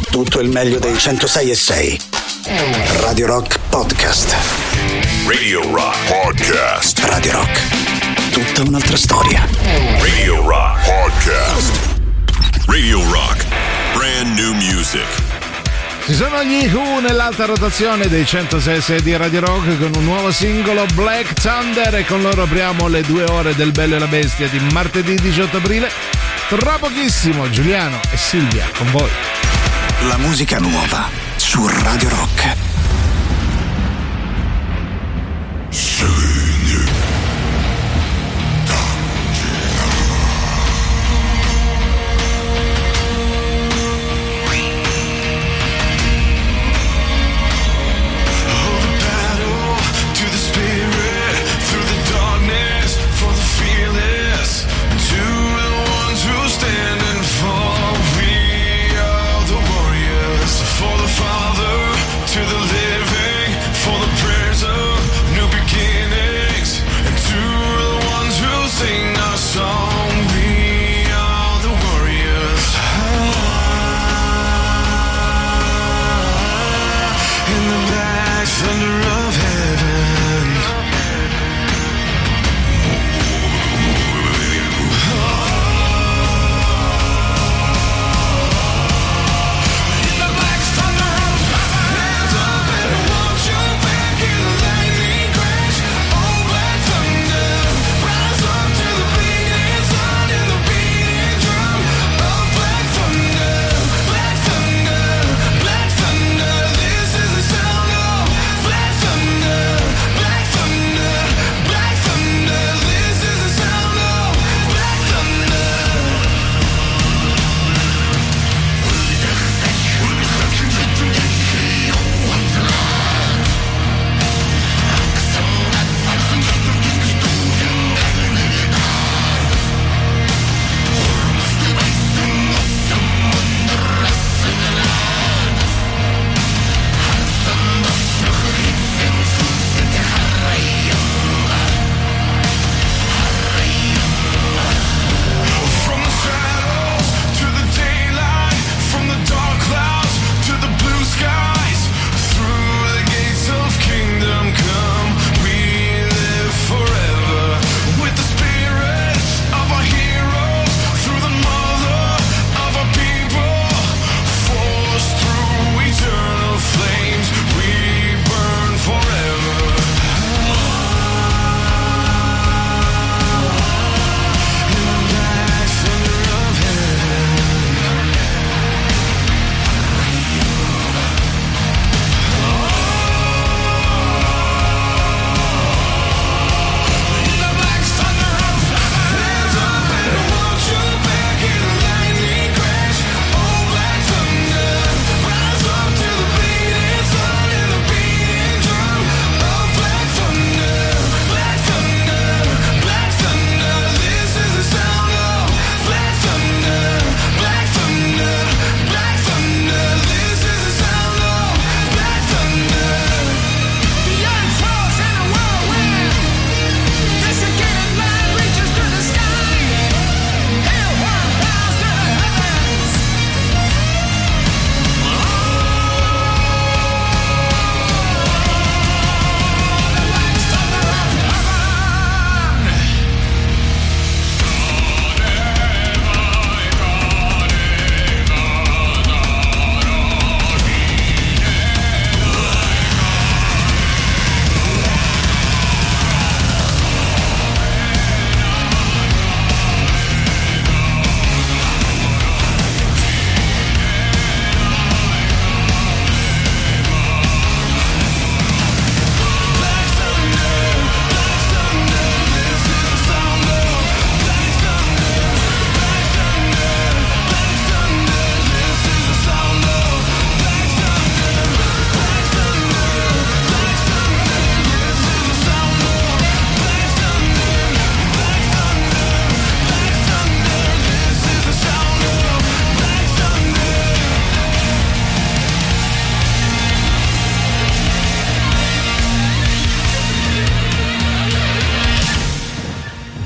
tutto il meglio dei 106.6. Radio Rock Podcast. Radio Rock Podcast. Radio Rock. Tutta un'altra storia. Radio Rock Podcast. Radio Rock. Brand new music. Ci sono gli Who nell'alta rotazione dei 106.6 di Radio Rock con un nuovo singolo, Black Thunder, e con loro apriamo le 2 ore del Bello e la Bestia di martedì 18 aprile. Tra pochissimo Giuliano e Silvia con voi. La musica nuova su Radio Rock.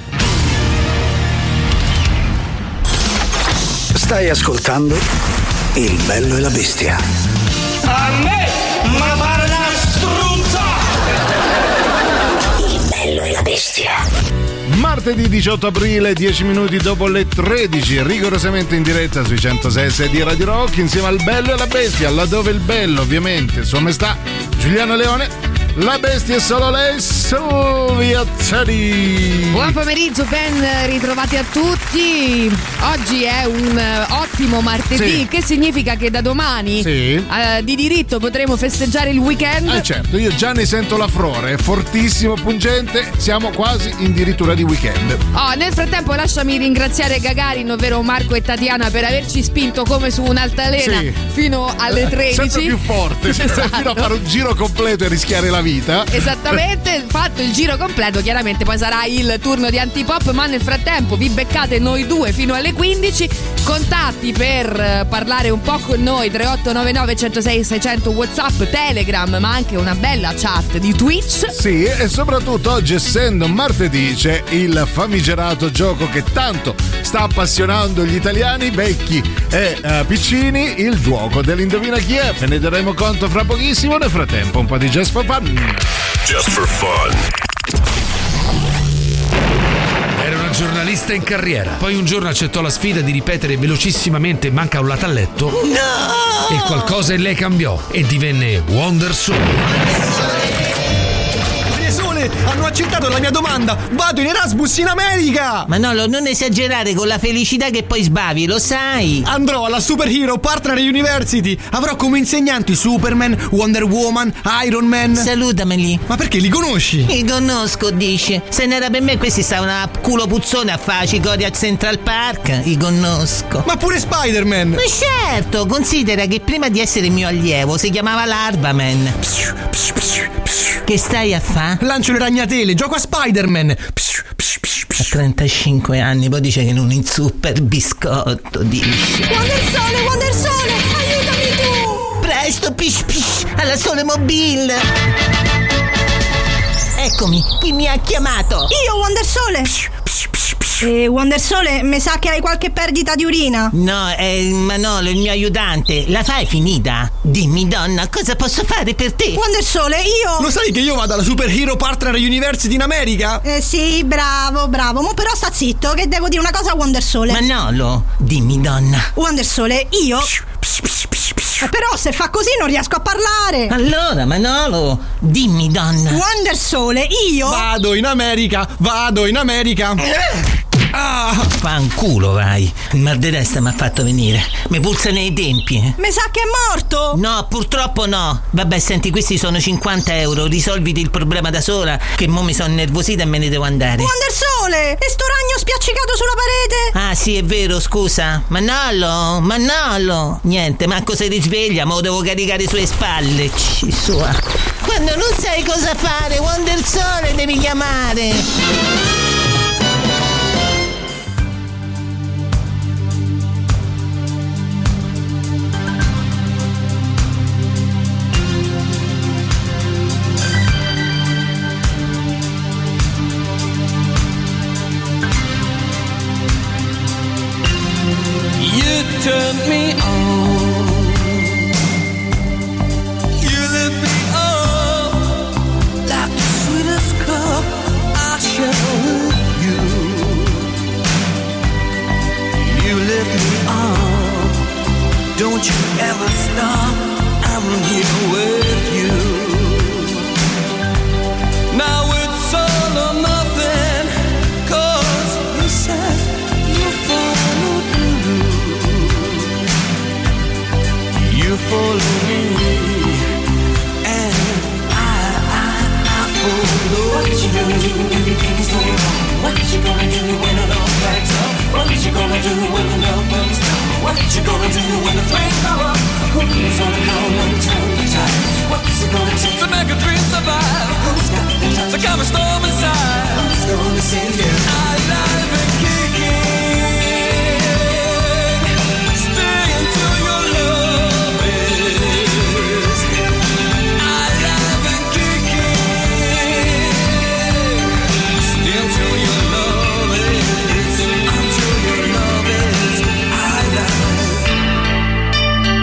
Stai ascoltando Il bello e la bestia. A me? Ma pare una struzza! Il bello e la bestia. Martedì 18 aprile, 10 minuti dopo le 13, rigorosamente in diretta sui 106 di Radio Rock, insieme al bello e la bestia, laddove il bello ovviamente Sua Maestà Giuliano Leone, la bestia è solo lei, Silvia Teddy. Buon pomeriggio, ben ritrovati a tutti. Oggi è un ottimo martedì, sì. Che significa che da domani di diritto potremo festeggiare il weekend. Certo, io già ne sento la frore, è fortissimo, pungente, siamo quasi in dirittura di weekend. Nel frattempo lasciami ringraziare Gagarin, ovvero Marco e Tatiana, per averci spinto come su un'altalena fino alle 13. Sempre più forte, esatto. Fino a fare un giro completo e rischiare la vita. Esattamente, fatto il giro completo, chiaramente poi sarà il turno di Antipop, ma nel frattempo vi beccate noi due fino alle 15. Contatti per parlare un po' con noi: 3899 106 600, WhatsApp, Telegram, ma anche una bella chat di Twitch. Sì, e soprattutto oggi, essendo martedì, c'è il famigerato gioco che tanto sta appassionando gli italiani vecchi e piccini, il gioco dell'Indovina Chi è. Ve ne daremo conto fra pochissimo. Nel frattempo un po' di Just for Fun. Just for fun. Era una giornalista in carriera. Poi un giorno accettò la sfida di ripetere velocissimamente "manca un lato a letto". No! E qualcosa in lei cambiò e divenne Wonder Sole. Hanno accettato la mia domanda. Vado in Erasmus in America. Manolo, non esagerare con la felicità che poi sbavi, lo sai. Andrò alla Superhero Partner University. Avrò come insegnanti Superman, Wonder Woman, Iron Man. Salutameli. Ma perché li conosci? Li conosco, dice. Se n'era per me, questi stavano a culo puzzone a fare cicoria a Central Park. Li conosco. Ma pure Spider-Man. Ma certo, considera che prima di essere mio allievo si chiamava Larvaman. Che stai a fa? Lancio le ragnatele, gioco a Spider-Man. A 35 anni, poi dice che non inzuppa il biscotto, dice. Wonder Sole, aiutami tu! Presto, alla Sole Mobile. Eccomi, chi mi ha chiamato? Io, Wonder Sole. Wonder Sole, mi sa che hai qualche perdita di urina. No, è Manolo, il mio aiutante. La fai finita? Dimmi, donna, cosa posso fare per te? Wonder Sole, io... Lo sai che io vado alla Superhero Partner University in America? Sì, bravo. Mo però sta zitto, che devo dire una cosa a Wonder Sole. Manolo, dimmi, donna. Wonder Sole, io... Però se fa così non riesco a parlare. Allora, Manolo, dimmi, donna. Wonder Sole, io... Vado in America. Fanculo, vai. Il mal di testa mi ha fatto venire. Mi pulsa nei tempi. Mi sa che è morto. No, purtroppo no. Vabbè, senti, questi sono 50 euro. Risolviti il problema da sola, che mo mi sono innervosita e me ne devo andare. Wonder Sole, e sto ragno spiaccicato sulla parete? Ah, sì, è vero, scusa. Manolo. Niente, manco se risveglia, ma lo devo caricare sulle spalle. Sua. Quando non sai cosa fare, Wonder Sole devi chiamare. Turn me on. You lift me up like the sweetest cup I share with you. You lift me up. Don't you ever stop. I'm here with you. Now it's all or nothing, 'cause you said you follow through. You follow me, and I follow. What you gonna do when the things go wrong? What you gonna do when the love backs up? What you gonna do when the love burns down? What you gonna do when the flames go up? Who's gonna come and turn the tide? What's it gonna take to make a dream survive? Who's got the time to calm a storm inside? Who's gonna save you? Alive and kicking. Stay until your love is alive and kicking. Stay until your love is, until your love is alive.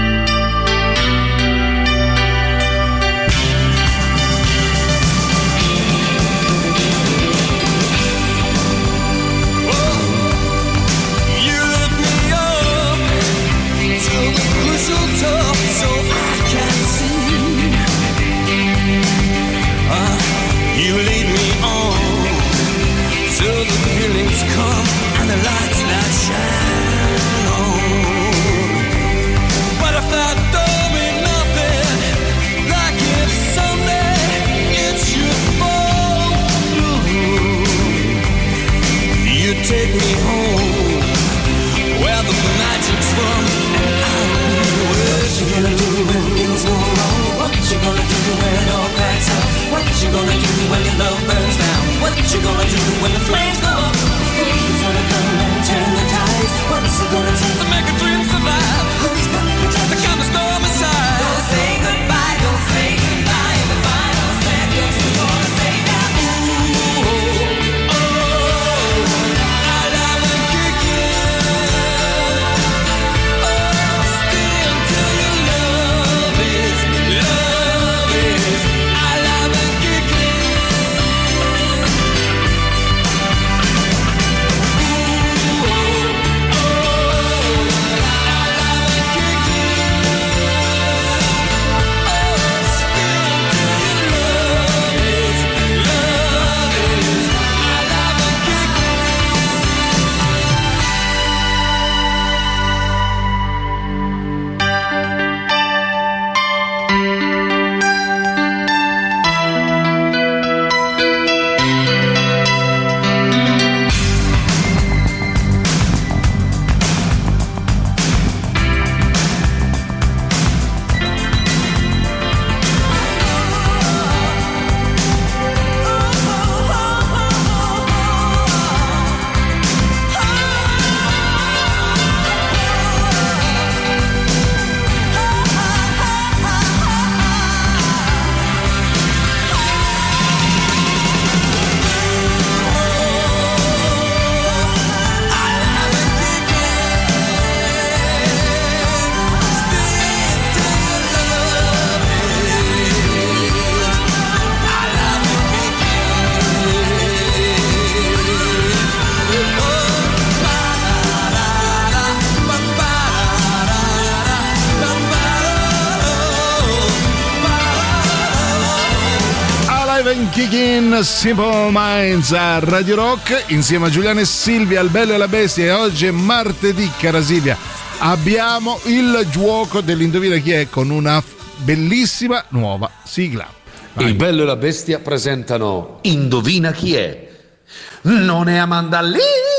Ivan Kickin, Simple Minds a Radio Rock insieme a Giuliano e Silvia, al Bello e la Bestia. E oggi è martedì, cara Silvia, abbiamo il gioco dell'Indovina chi è con una bellissima nuova sigla. Vai. Il Bello e la Bestia presentano Indovina chi è. Non è Amanda Lee.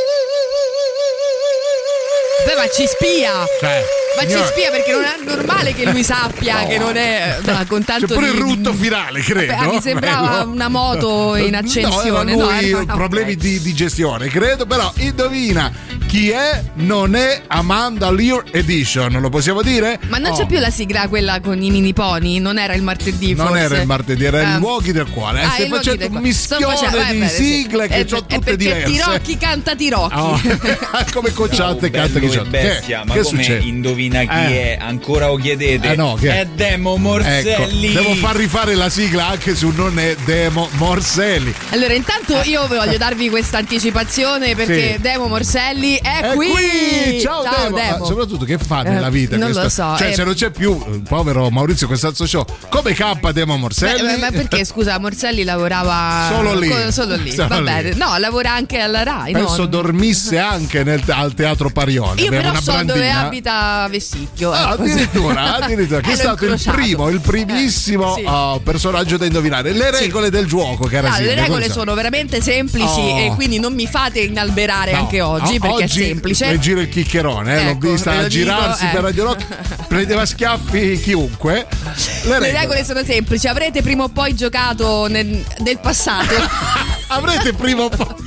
Beh, ma ci spia. Ma signora, ci spia perché non è normale che lui sappia che non è con tanto c'è pure di... il rutto finale, credo. Vabbè, mi sembrava una moto in accensione. No, era no, problemi di gestione, credo. Però indovina chi è, non è Amanda Lear Edition, lo possiamo dire? Ma non c'è più la sigla quella con i mini pony? Non era il martedì, forse? Non era il martedì, era il Luoghi del Cuore. Stai facendo un mischione di sigle che sono tutte diverse. Tirocchi canta Tirocchi. Oh. Come Cocciante canta Cicciotto. Bestia, ma che come succede? Indovina chi è? Ancora lo chiedete? No, che è Demo Morselli. Ecco, devo far rifare la sigla anche su Non è Demo Morselli. Allora, intanto io voglio darvi questa anticipazione perché Sì. Demo Morselli è qui. Ciao Demo. Demo. Soprattutto che fa nella vita? Non questa... lo so. Cioè, se non c'è più il povero Maurizio Costanzo Show, come campa Demo Morselli? Ma perché, scusa, Morselli lavorava solo lì. Solo lì. Vabbè, no, lavora anche alla Rai. Penso dormisse anche al Teatro Parione. Io aveva però una so brandina. dove abita Vessicchio. Addirittura che è stato il primissimo Sì. personaggio da indovinare. Le regole del gioco, cara No, Silvia, le regole come sono veramente semplici e quindi non mi fate inalberare anche oggi perché è semplice. Le gira il chiccherone, l'ho Ecco, vista ve lo girarsi dico, per Radio Rock, prendeva schiaffi chiunque. Le regole sono semplici, avrete prima o poi giocato nel passato. Avrete prima o poi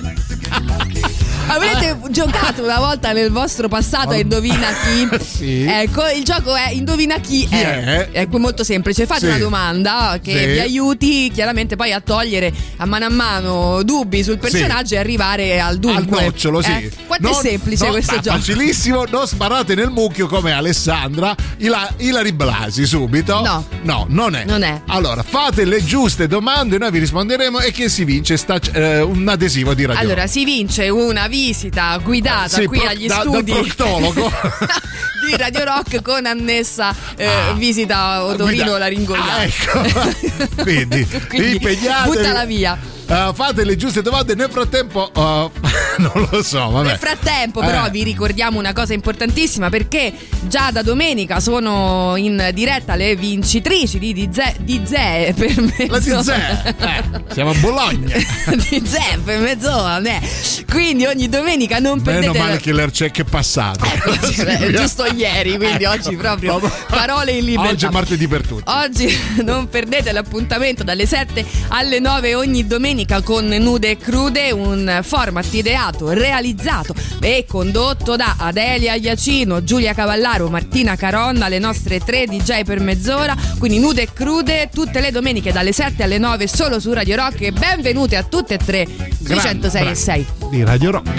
Avrete giocato una volta nel vostro passato a Indovina chi? Sì. Ecco, il gioco è Indovina chi è. È molto semplice, fate Sì. una domanda che Sì. vi aiuti chiaramente poi a togliere a mano dubbi sul personaggio e arrivare al dunque. al nocciolo, sì. Quanto è semplice questo gioco? Facilissimo, non sparate nel mucchio come Alessandra Ilari Blasi subito. No, non è. Non è. Allora, fate le giuste domande, noi vi risponderemo e chi si vince un adesivo di Radio Allora, Rock. si vince una visita guidata Sì, qui agli dal studi proctologo. di Radio Rock con annessa visita otorino-laringoniana. Ecco. Quindi impegnatevi. Buttala via. Fate le giuste domande. Nel frattempo non lo so, vabbè. Nel frattempo però vi ricordiamo una cosa importantissima perché già da domenica sono in diretta le vincitrici di Zee per mezz'ora. La Zee. Siamo a Bologna. Di Zee per mezz'ora, quindi ogni domenica non perdete. Meno male che l'Aircheck è passato. Giusto ieri, quindi oggi proprio parole in libertà. Oggi è martedì per tutti. Oggi non perdete l'appuntamento dalle 7 alle 9 ogni domenica con Nude e Crude, un format ideato, realizzato e condotto da Adelia Iacino, Giulia Cavallaro, Martina Caronna, le nostre 3 DJ per mezz'ora. Quindi Nude e Crude tutte le domeniche dalle 7 alle 9 solo su Radio Rock e benvenute a tutte e tre sui 106 e 6 di Radio Rock.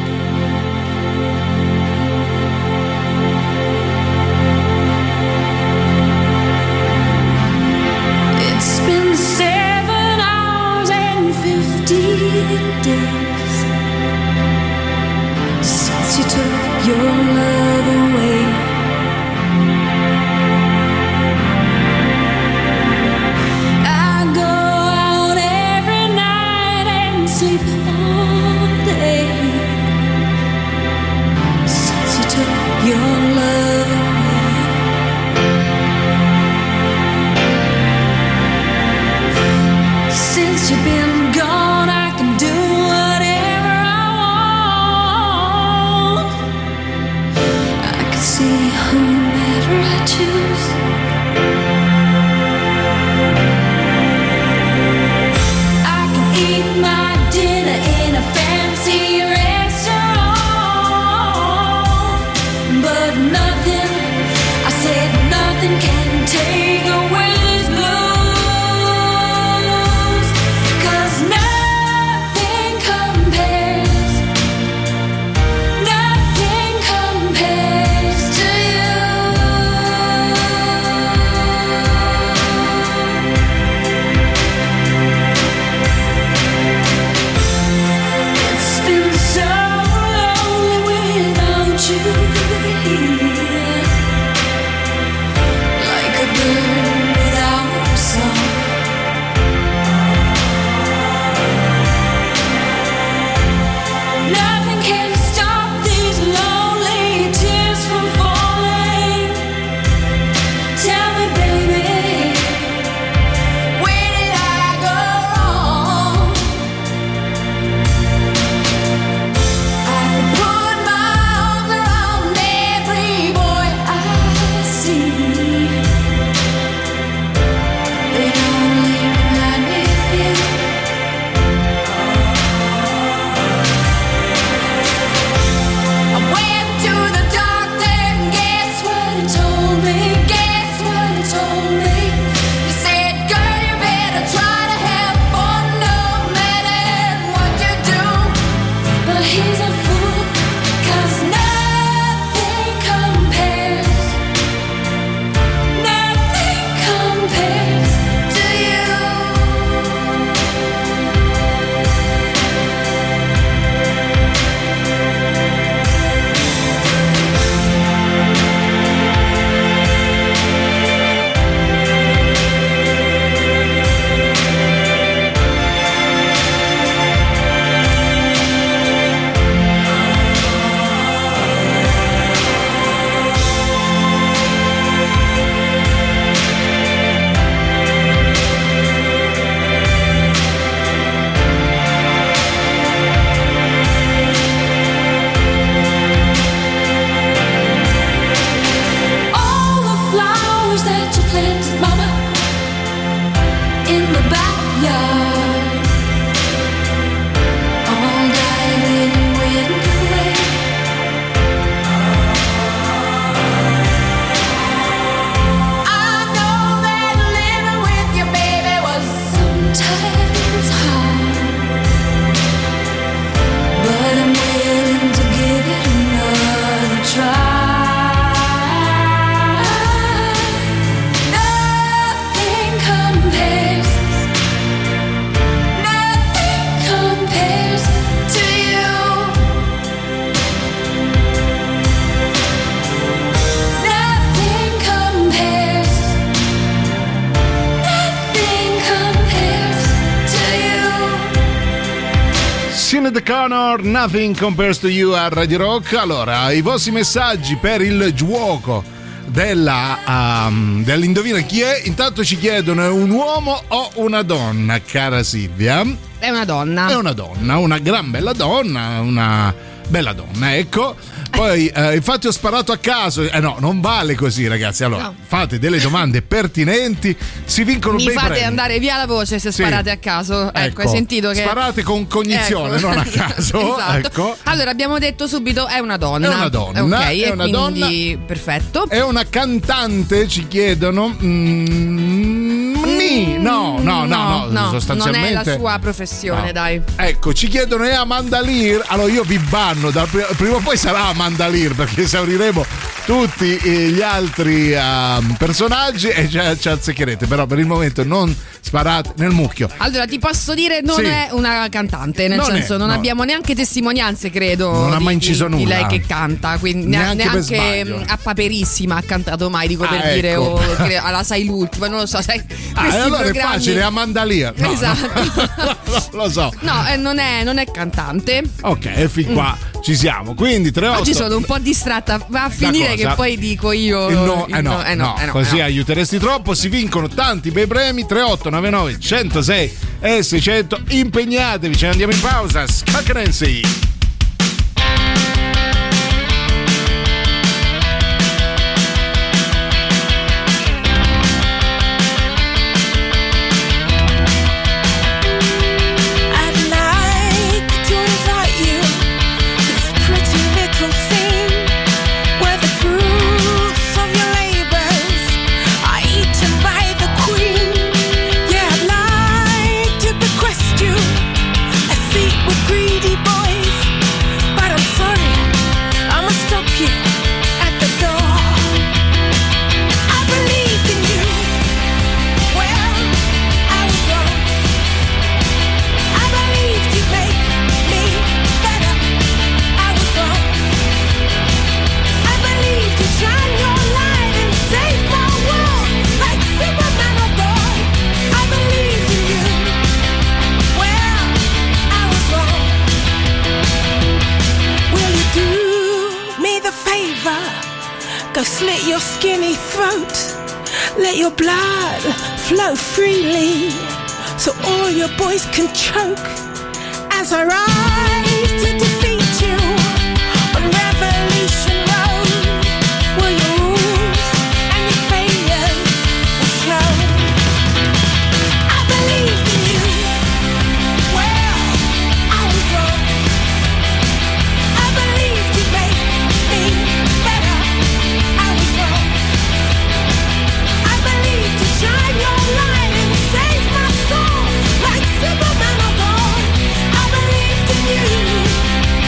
It's been 7 hours and 15 days since you took your love away. I go out every night and sleep all day. that you planted, mama, in the backyard, all died and went away. I know that living with your baby was sometimes hard, but I'm willing to give it another try. Sinead O'Connor, Nothing Compares to You a Radio Rock. Allora, i vostri messaggi per il gioco dell'indovina chi è. Intanto ci chiedono: è un uomo o una donna, cara Silvia? È una donna. È una donna, una gran bella donna, una bella donna, ecco. Poi infatti ho sparato a caso. No, non vale così, ragazzi. Allora, no, fate delle domande pertinenti, si vincono bei premi. Mi fate andare via la voce se sparate a caso. Ecco, hai sentito che sparate con cognizione, ecco, non a caso. Esatto. Ecco. Allora, abbiamo detto subito è una donna. È una donna. Ok, è una quindi donna. perfetto. È una cantante, ci chiedono. No, sostanzialmente non è la sua professione, no. Dai. Ecco, ci chiedono: è Amanda Lear? Allora io vi banno, prima o poi sarà Amanda Lear, perché esauriremo tutti gli altri personaggi e ci azzeccherete, però per il momento non sparate nel mucchio. Allora ti posso dire, non è una cantante, nel senso non abbiamo neanche testimonianze, credo, non ha mai inciso nulla di lei che canta, quindi neanche a Paperissima ha cantato mai, dico per dire, ecco. o alla Sai l'ultima, non lo so, sai, allora programmi... è facile, è Amanda Lear. No, esatto. Lo so. No, non è cantante. Ok, fin qua ci siamo. Quindi 38. Oggi sono un po' distratta, va a finire che poi dico io no, così no. aiuteresti troppo. Si vincono tanti bei premi. 3899 106 e 600. Impegnatevi, ce ne andiamo in pausa. Scacrenzi. Go slit your skinny throat. Let your blood flow freely so all your boys can choke as I rise to defeat you on Revolution Road, where your rules and your failures will show. I believed in you. Well, I was wrong. I believed you'd make me better. I was wrong. I believed you'd shine your light and save my soul like Superman or God. I believed in you.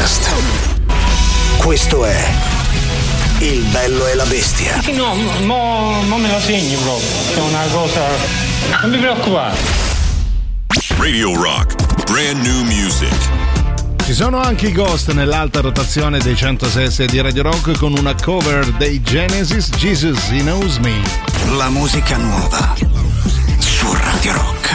Podcast. Questo è Il Bello e la Bestia. No, mo me lo segni proprio. È una cosa. Non mi preoccupare. Radio Rock, brand new music. Ci sono anche i Ghost nell'alta rotazione dei 106 di Radio Rock con una cover dei Genesis, Jesus He Knows Me. La musica nuova su Radio Rock.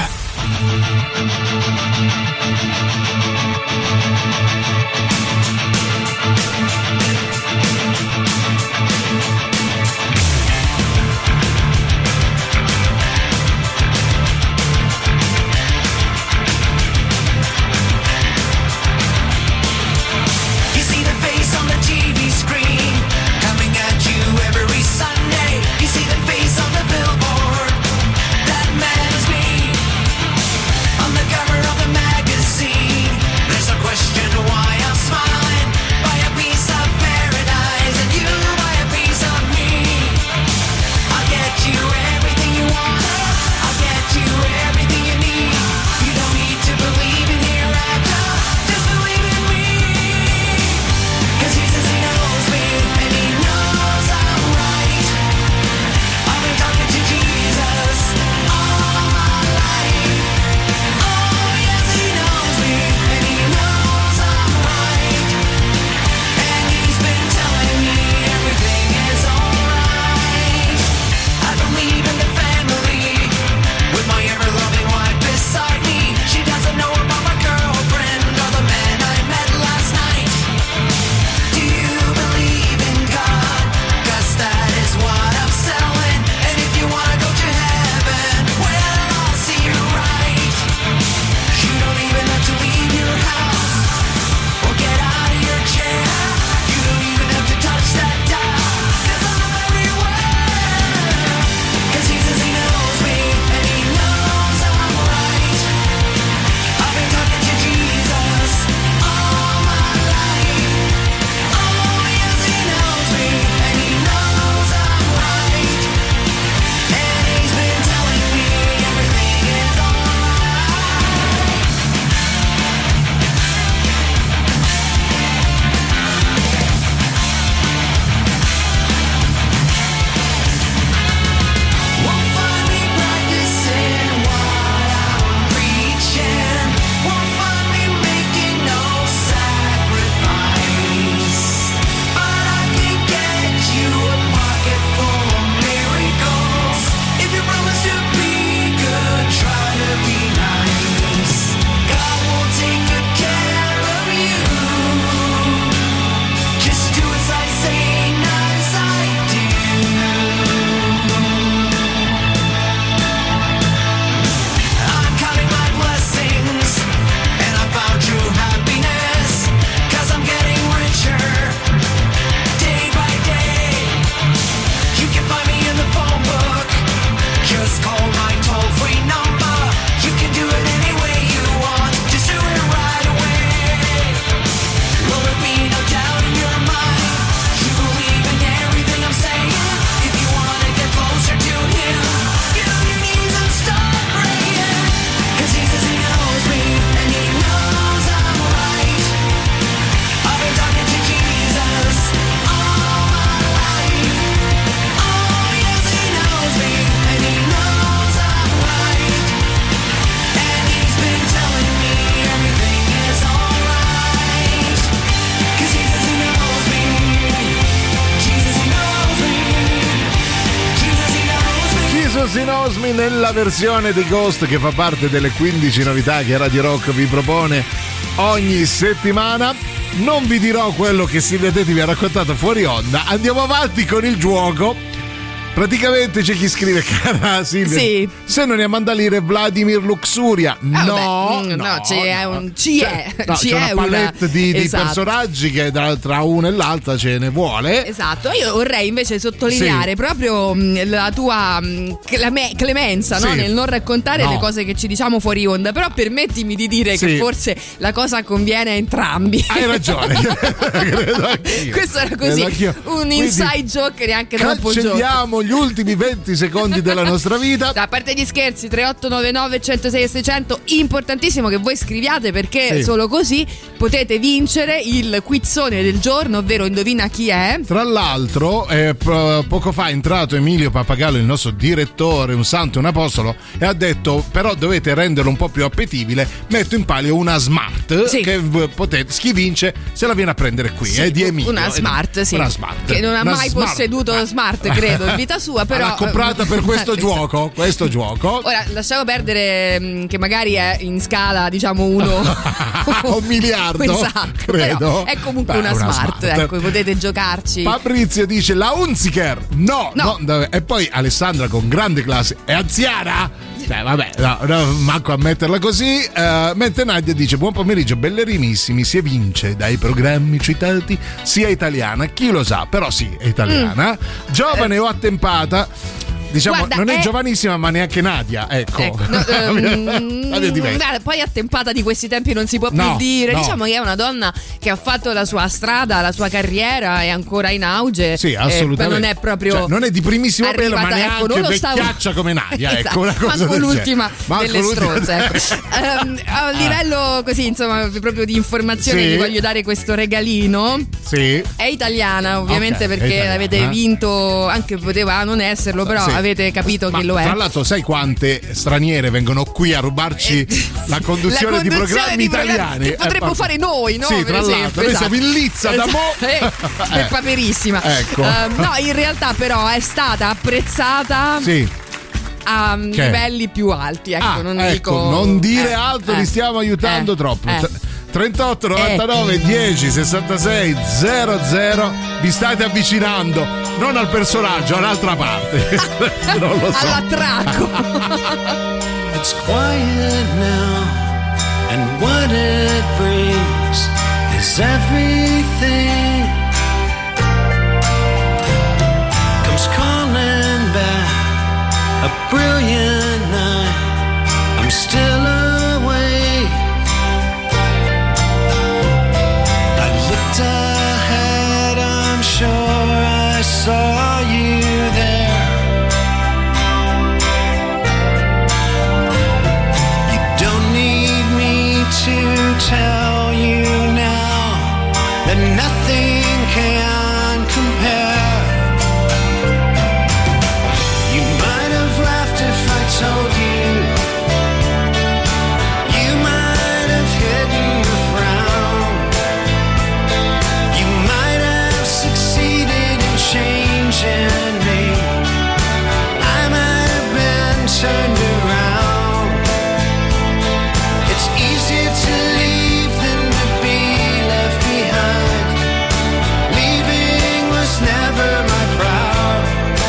He Knows Me nella versione di Ghost, che fa parte delle 15 novità che Radio Rock vi propone ogni settimana. Non vi dirò quello che Silvia Tetti vi ha raccontato fuori onda. Andiamo avanti con il gioco. Praticamente c'è chi scrive: cara Silvia, sì, se non è a mandalire Vladimir Luxuria. No, c'è una palette di personaggi che tra una e l'altra ce ne vuole. Esatto, io vorrei invece sottolineare proprio la tua clemenza, no? Nel non raccontare le cose che ci diciamo fuori onda. Però permettimi di dire che forse la cosa conviene a entrambi. Hai ragione. Credo anch'io. Questo era così un inside joke neanche troppo joke. Cancelliamo gli ultimi 20 secondi della nostra vita. A parte gli scherzi, 3899 106 e 600, importantissimo che voi scriviate, perché Sì. solo così potete vincere il quizzone del giorno, ovvero indovina chi è. Tra l'altro, poco fa è entrato Emilio Pappagallo, il nostro direttore, un santo e un apostolo, e ha detto: però dovete renderlo un po' più appetibile, metto in palio una Smart, Sì. che potete, chi vince se la viene a prendere qui, Sì, di Emilio. una Smart, sì. Una Smart. Che non ha Una mai Smart. posseduto Smart, credo, in vita sua, però l'ha comprata per questo gioco, Ora lasciamo perdere che magari è in scala, diciamo, 1 miliardo, esatto, credo. però è comunque una smart, ecco, potete giocarci. Fabrizio dice la Hunziker, no. E poi Alessandra con grande classe, è anziana? Vabbè, no, manco a metterla così. Mentre Nadia dice: buon pomeriggio bellerinissimi, si evince dai programmi citati sia italiana, chi lo sa, però sì, è italiana, giovane o attempata. Diciamo, Guarda, non è giovanissima, ma neanche Nadia, ecco. Nadia è diversa. Poi attempata di questi tempi non si può più No, dire. no. Diciamo che è una donna che ha fatto la sua strada, la sua carriera, è ancora in auge. Sì, assolutamente. Non è proprio, cioè, non è di primissimo pelo, ma arrivata, neanche non lo vecchiaccia come Nadia. Esatto, Ecco, una cosa manco del l'ultima genere. delle stronze. A livello così, insomma, proprio di informazione, Sì. vi voglio dare questo regalino. Sì. È italiana, ovviamente, Ok, è perché italiana. avete vinto, anche poteva non esserlo, però Sì. avete capito Ma che lo è. tra l'altro, sai quante straniere vengono qui a rubarci la conduzione di programmi italiani? che potremmo fare noi, no? Sì, Per tra esempio, l'altro, noi esatto. siamo in lizza da mo'. È paperissima. Ecco. No, in realtà però è stata apprezzata Sì. a Che? livelli più alti. Ecco, non Ecco, dico. non dire altro, li stiamo aiutando troppo. 38 99 10 66 00, vi state avvicinando non al personaggio, all'altra parte. Non lo so. All'attracco. It's quiet now, and what it brings is everything comes calling back. A brilliant night, I'm still awake. I looked ahead, I'm sure I saw you there. You don't need me to tell you now that nothing can compare. You might have laughed if I told you. You might have hidden a frown. You might have succeeded in changing me. I might have been turned around. It's easier to leave than to be left behind. Leaving was never my proud.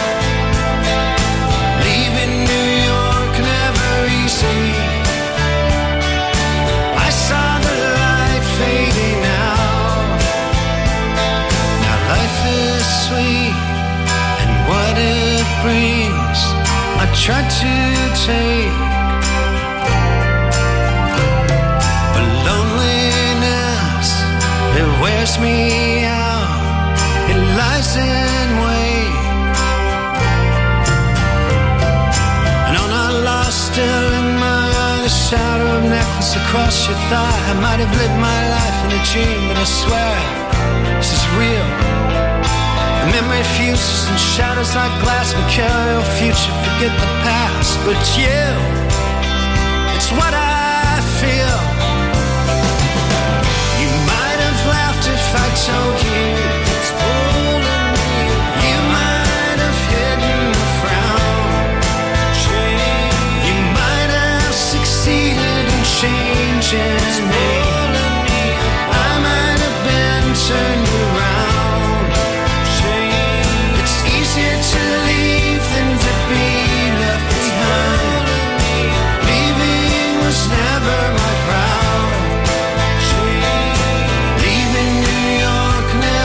Leaving New York never easy. I saw the light fading out. Now life is sweet, and what it brings I try to take. But loneliness, it wears me out. It lies in wait. And on our lost, still in my eye, the shadow of necklace across your thigh. I might have lived my life in a dream, but I swear this is real. The memory fuses and shatters like glass. Mercurial future, forget the past. But you, it's what I feel. You might have laughed if I told you it's pulling me. You might have hidden a frown. You might have succeeded in changing me. I might have been turned around. It's easier to leave than to be left behind. Leaving was never my proud. Leaving New York never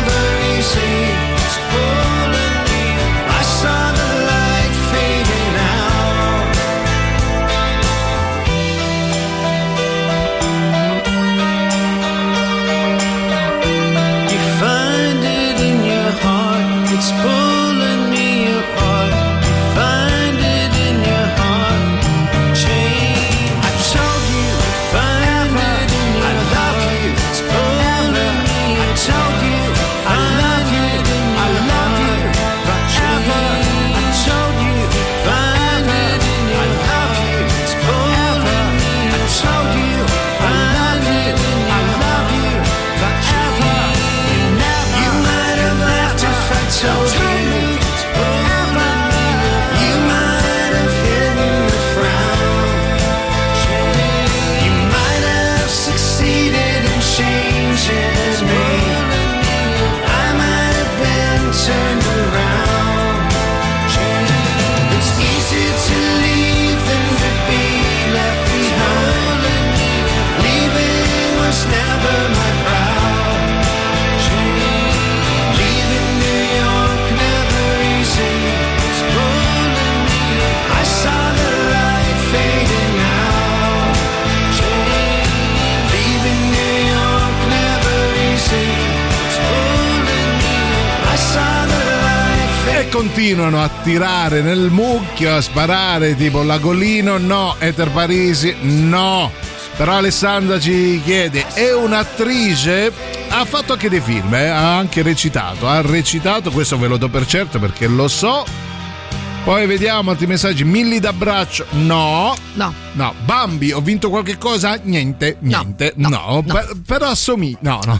continuano a tirare nel mucchio, a sparare tipo Lagolino, no, Ether Parisi, no. Però Alessandra ci chiede, è un'attrice? Ha fatto anche dei film, ha anche recitato, questo ve lo do per certo perché lo so. Poi vediamo altri messaggi. Milli d'abbraccio, no. Bambi, ho vinto qualche cosa? Niente. No. Però assomiglia.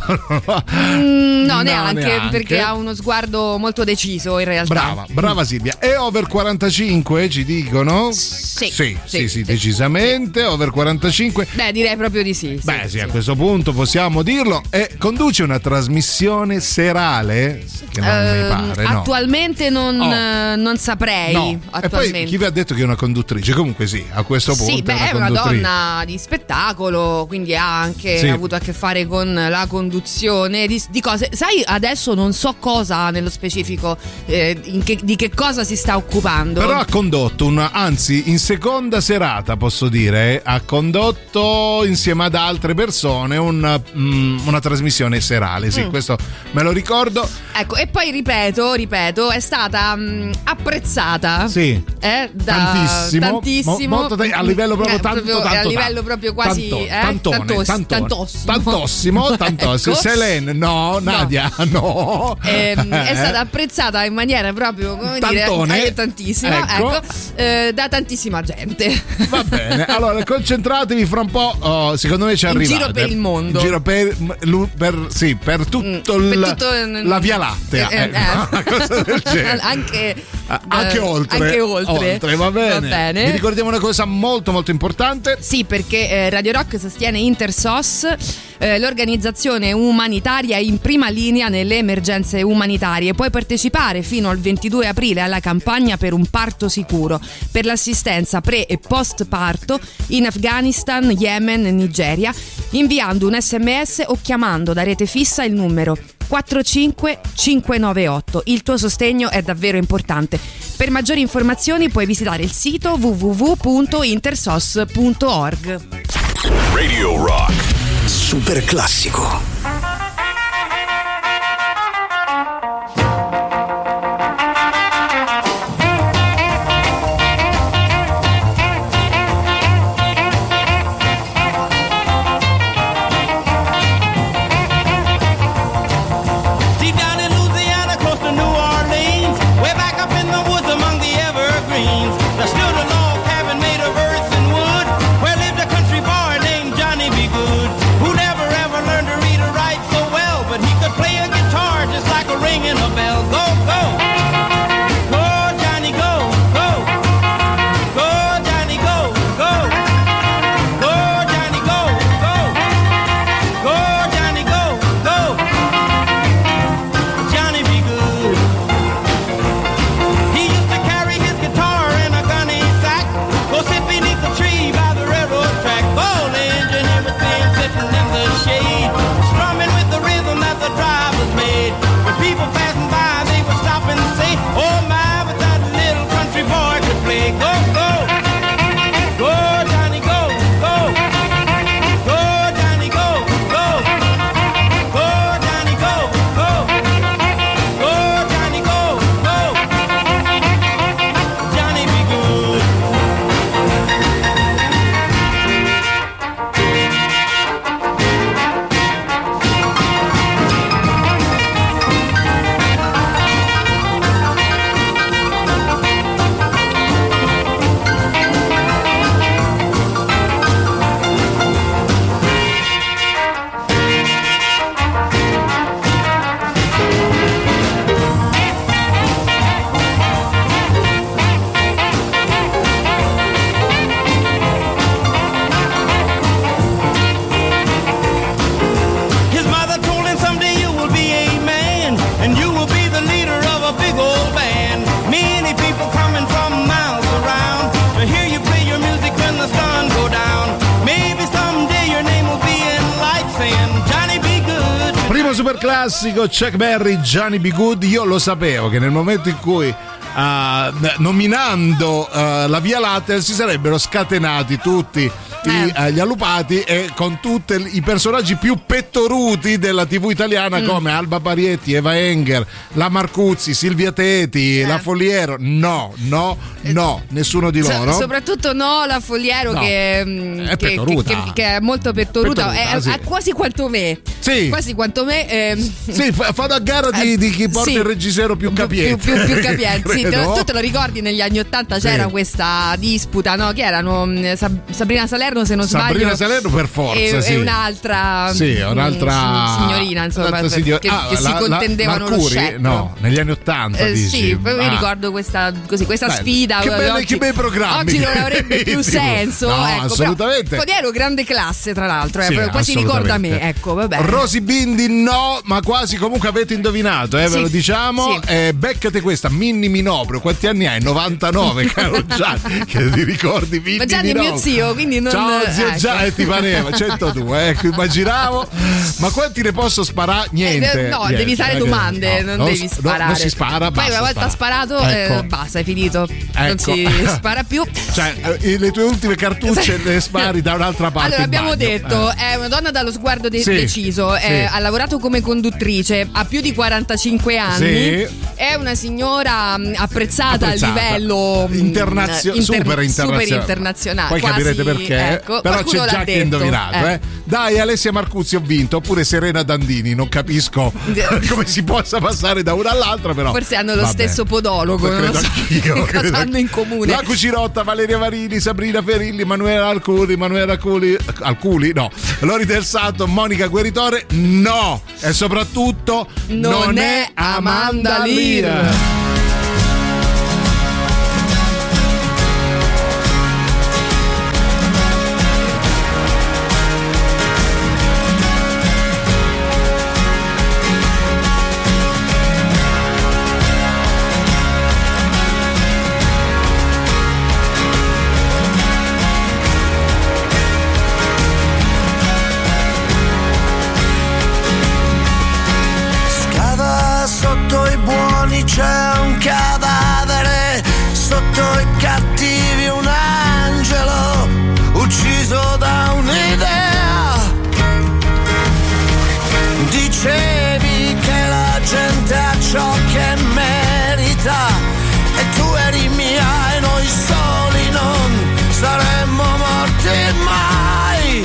No, neanche, perché ha uno sguardo molto deciso in realtà. Brava Silvia. E over 45 ci dicono? Sì, decisamente. Over 45. Beh, direi proprio di sì. Beh, sì, a questo punto possiamo dirlo. E conduce una trasmissione serale? Che non mi pare, no. Attualmente non saprei. No. E poi chi vi ha detto che è una conduttrice? Comunque sì, a questo punto è una donna di spettacolo, quindi ha anche avuto a che fare con la conduzione di cose. Sai, adesso non so cosa nello specifico, di che cosa si sta occupando. Però ha condotto anzi in seconda serata, posso dire, ha condotto insieme ad altre persone una trasmissione serale. Sì, questo me lo ricordo. Ecco, e poi ripeto, è stata apprezzata. Sì. Tantissimo. Molto a livello proprio tanto. A livello proprio quasi tantissimo. Ecco. Selene, no. Nadia, no. È stata apprezzata in maniera proprio, come dire, tantissima, ecco, da tantissima gente. Va bene. Allora, concentratevi fra un po'. Secondo me ci arrivate. In giro per il mondo. In giro per tutto la Via Lattea. Una cosa del genere. Anche oltre. Va bene. Vi ricordiamo una cosa molto molto importante. Sì, perché Radio Rock sostiene Intersos, l'organizzazione umanitaria in prima linea nelle emergenze umanitarie. Puoi partecipare fino al 22 aprile alla campagna per un parto sicuro, per l'assistenza pre e post parto in Afghanistan, Yemen e Nigeria, inviando un SMS o chiamando da rete fissa il numero 45598. Il tuo sostegno è davvero importante. Per maggiori informazioni puoi visitare il sito www.intersos.org. Radio Rock Super classico. Super classico, Chuck Berry, Johnny B. Good. Io lo sapevo che nel momento in cui nominando la Via Lattea si sarebbero scatenati tutti gli allupati, e con tutti i personaggi più pettoruti della TV italiana come Alba Parietti, Eva Enger, la Marcuzzi, Silvia Teti, la Folliero. No, nessuno di loro. Soprattutto no, la Folliero che è pettoruta. Che è molto pettoruta, è quasi quanto me. Sì. Quasi quanto me. Sì, fa da gara di chi porta il reggiseno più capiente. Più capiente. Sì, tu te lo ricordi, negli anni '80 c'era questa disputa, no? Che erano Sabrina Salerno, se non sbaglio. Sabrina Salerno per forza, e un'altra signorina, insomma, che si contendevano lo scettro. No, negli anni '80 dici. Sì, poi mi ricordo questa sfida. Che bei programmi. Oggi non avrebbe più senso. No, ecco, assolutamente. Folliero grande classe, tra l'altro, sì, quasi ricorda me. Ecco, vabbè. Rosy Bindi no, ma quasi comunque avete indovinato, ve lo diciamo. Sì. Beccate questa, Minni Minoprio. Quanti anni hai? 99, caro Gianni. Che ti ricordi Minni Ma Gianni Minoprio? è mio zio, quindi non. Ciao zio Gianni, ti pareva 102, immaginavo. Ma quanti ne posso sparare? Niente. No, devi fare domande, non devi sparare. Non si spara, basta. Poi una volta sparato, basta, è finito. Non si spara più. Cioè, le tue ultime cartucce le spari da un'altra parte. Allora, abbiamo detto, è una donna dallo sguardo deciso, ha lavorato come conduttrice, ha più di 45 anni, è una signora apprezzata a livello super internazionale. Poi quasi, capirete perché, ecco, però c'è già chi ha indovinato. Dai, Alessia Marcuzzi ho vinto, oppure Serena Dandini, non capisco come si possa passare da una all'altra, però forse hanno lo stesso podologo, non so cosa hanno in comune. La Cucirotta, Valeria Marini, Sabrina Ferilli, Manuela Alculi, no, Lori Del Santo, Monica Gueritore, no, e soprattutto non è Amanda Lear. C'è un cadavere, sotto i cattivi un angelo, ucciso da un'idea. Dicevi che la gente ha ciò che merita, e tu eri mia e noi soli non saremmo morti mai.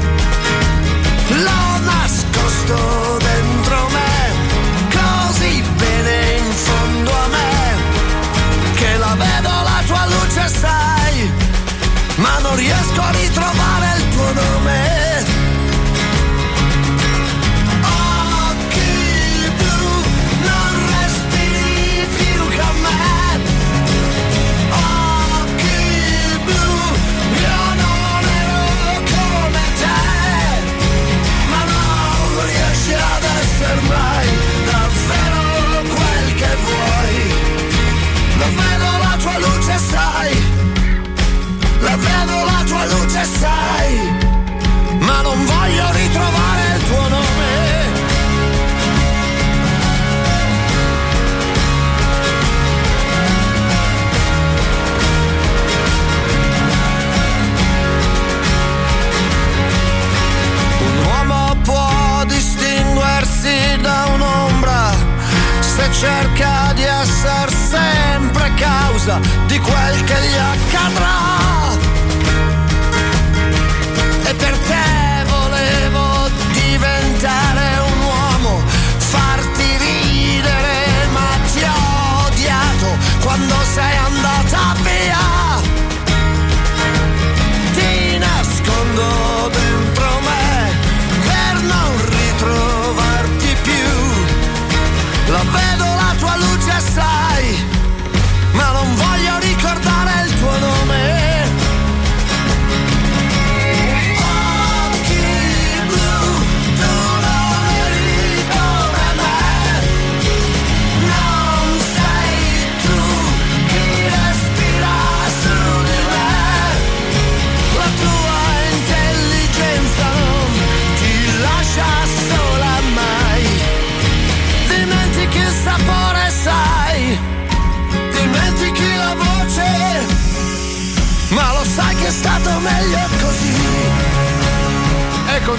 L'ho nascosto dentro me così bene in fondo a me, che la vedo la tua luce sai, ma non riesco a ritrovare il tuo nome. Occhi blu, non respiri più con me. Occhi blu, io non ero come te, ma non riesci ad essere mai davvero quel che vuoi. La vedo la tua luce sai, la vedo la tua luce sai, ma non voglio ritrovare il tuo nome. Un uomo può distinguersi da un'ombra se cerca di essere sempre causa di quel che gli accadrà. E per te volevo diventare un uomo, farti ridere, ma ti ho odiato quando sei andata via. Ti nascondo dentro me per non ritrovarti più. La vedo la tua luce sai, ma non voglio ricordare il tuo nome.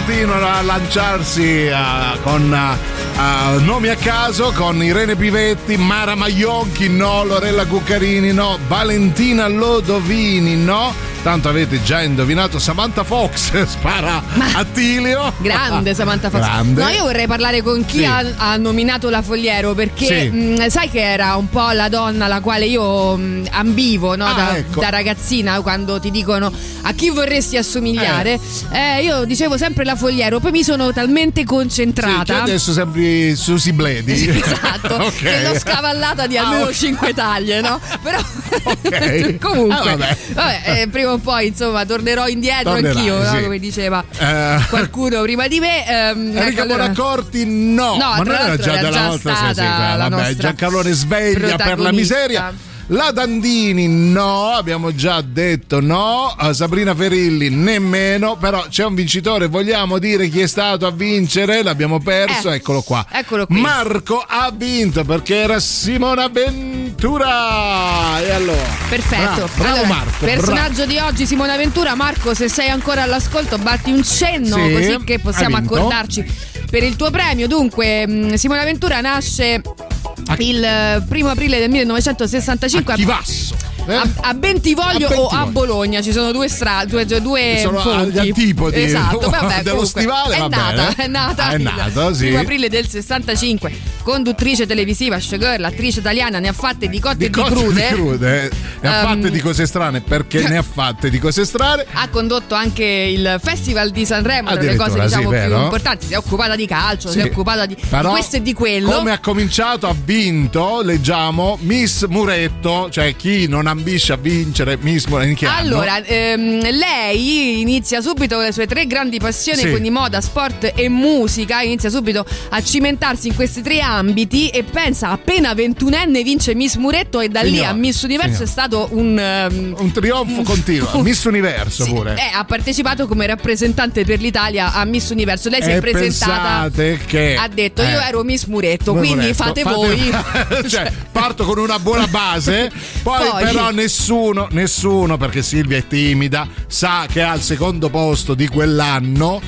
continuano a lanciarsi con nomi a caso, con Irene Pivetti, Mara Maionchi, no, Lorella Cuccarini, no, Valentina Lodovini, no. Tanto avete già indovinato, Samantha Fox spara a Tilio. Grande Samantha Fox. Grande. No, io vorrei parlare con chi ha nominato la Fogliero, perché sai che era un po' la donna alla quale io ambivo, no? Da ragazzina, quando ti dicono a chi vorresti assomigliare. Io dicevo sempre la Fogliero, poi mi sono talmente concentrata. Sì, adesso sembri Susi Bledi. Esatto, okay. Che l'ho scavallata di almeno 5 taglie, no? Però comunque vabbè, prima o poi insomma tornerò indietro anch'io, no? Come diceva qualcuno prima di me. Enrica Bonaccorti no, ma non era già della volta vabbè, Giancarlone Sveglia per la miseria. La Dandini no, abbiamo già detto no. Sabrina Ferilli nemmeno. Però c'è un vincitore, vogliamo dire chi è stato a vincere? L'abbiamo perso, eccolo qua. Eccolo qui. Marco ha vinto perché era Simona Ventura. E allora perfetto. Bravo allora, Marco. Personaggio di oggi Simona Ventura. Marco, se sei ancora all'ascolto, batti un cenno così che possiamo accordarci per il tuo premio. Dunque Simona Ventura nasce il 1° aprile del 1965 a Chivasso. A Bentivoglio o a Bologna, ci sono due sono fonti. gli antipodi, esatto, vabbè, dello stivale. È nata il 1° aprile del 65. Conduttrice televisiva, showgirl, attrice italiana, ne ha fatte di cotte e di crude. Ne ha fatte di cose strane, perché ne ha fatte di cose strane. Ha condotto anche il Festival di Sanremo, tra le cose diciamo più importanti. Si è occupata di calcio, si è occupata di questo e di quello. Come ha cominciato, ha vinto, leggiamo, Miss Muretto, cioè chi non ambisce a vincere Miss Muretto. Allora, lei inizia subito le sue 3 grandi passioni, quindi moda, sport e musica. Inizia subito a cimentarsi in questi 3 ambiti e pensa, appena 21enne vince Miss Muretto, e da lì a Miss Universo è stato un trionfo continuo. Miss Universo pure. Ha partecipato come rappresentante per l'Italia a Miss Universo. Lei si è presentata, che ha detto io ero Miss Muretto, quindi fate voi. Cioè, parto con una buona base, poi però nessuno, perché Silvia è timida, sa che ha il secondo posto di quell'anno.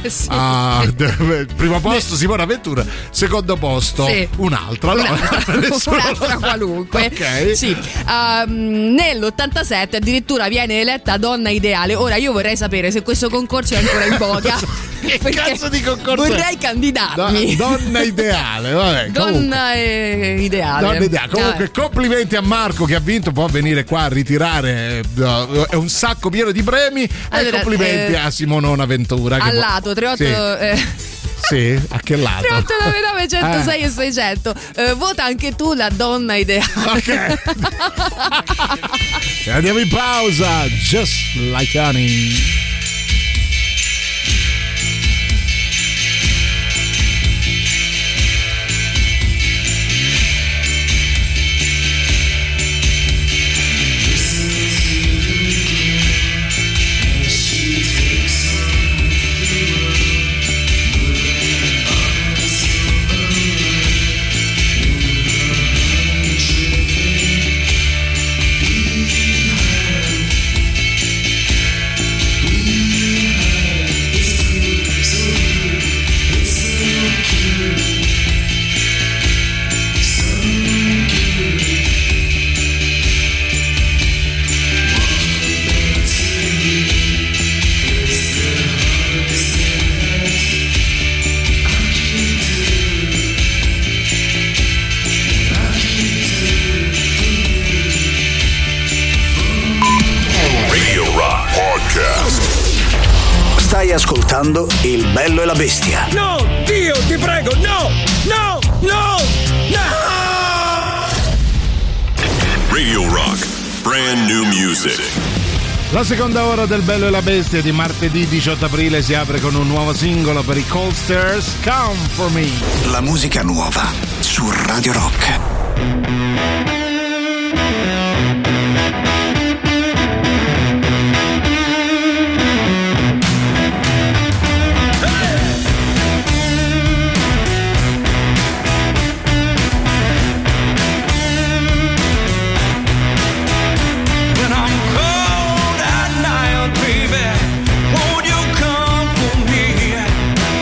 Primo posto Simona Ventura, secondo posto un'altra qualunque. Nell'87 addirittura viene eletta donna ideale. Ora io vorrei sapere se questo concorso è ancora in voga. Che cazzo di concorso vorrei candidarmi. Donna ideale, vabbè. Donna ideale. Donna ideale. Comunque complimenti a Marco che ha vinto, può venire qua a ritirare è un sacco pieno di premi. Allora, e complimenti a Simonona Ventura al lato 38 sì, a che lato? 3899 106 e 600. Vota anche tu la donna ideale. Ok. Andiamo in pausa. Just like honey. Stai ascoltando Il Bello e la Bestia. No, Dio, ti prego, no, no, no, no! Radio Rock, brand new music. La seconda ora del Bello e la Bestia di martedì 18 aprile si apre con un nuovo singolo per i Coldstairs, Come For Me. La musica nuova su Radio Rock. Baby, won't you come for me?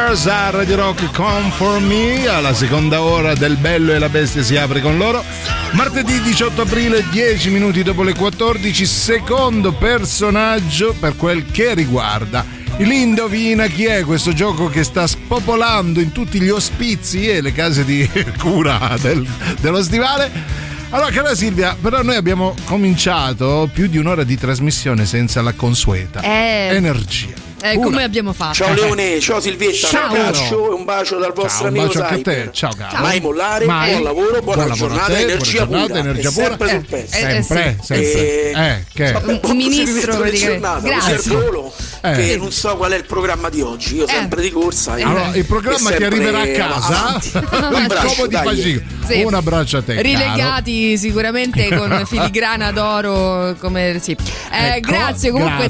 Sisters a Radio Rock, Come For Me. Alla seconda ora del Bello e la Bestia si apre con loro. Martedì 18 aprile, 10 minuti dopo le 14, secondo personaggio per quel che riguarda l'Indovina Chi È, questo gioco che sta spopolando in tutti gli ospizi e le case di cura dello stivale. Allora, cara Silvia, però noi abbiamo cominciato più di un'ora di trasmissione senza la consueta energia. Come abbiamo fatto? Ciao Leone, ciao Silvietta, ciao, un abbraccio e un bacio dal vostro amico un bacio anche a te. Cyber. Ciao caro. Mai mollare, buon lavoro, buona giornata, energia pura. Energia pura. Sempre sul pezzo. Sempre. Che? Un ministro praticamente. Grazie. Che non so qual è il programma di oggi, io sempre di corsa. Allora, il programma ti arriverà a casa. Un copo di fascino. Sì. Un abbraccio a te. Rilegati sicuramente con filigrana d'oro. Grazie comunque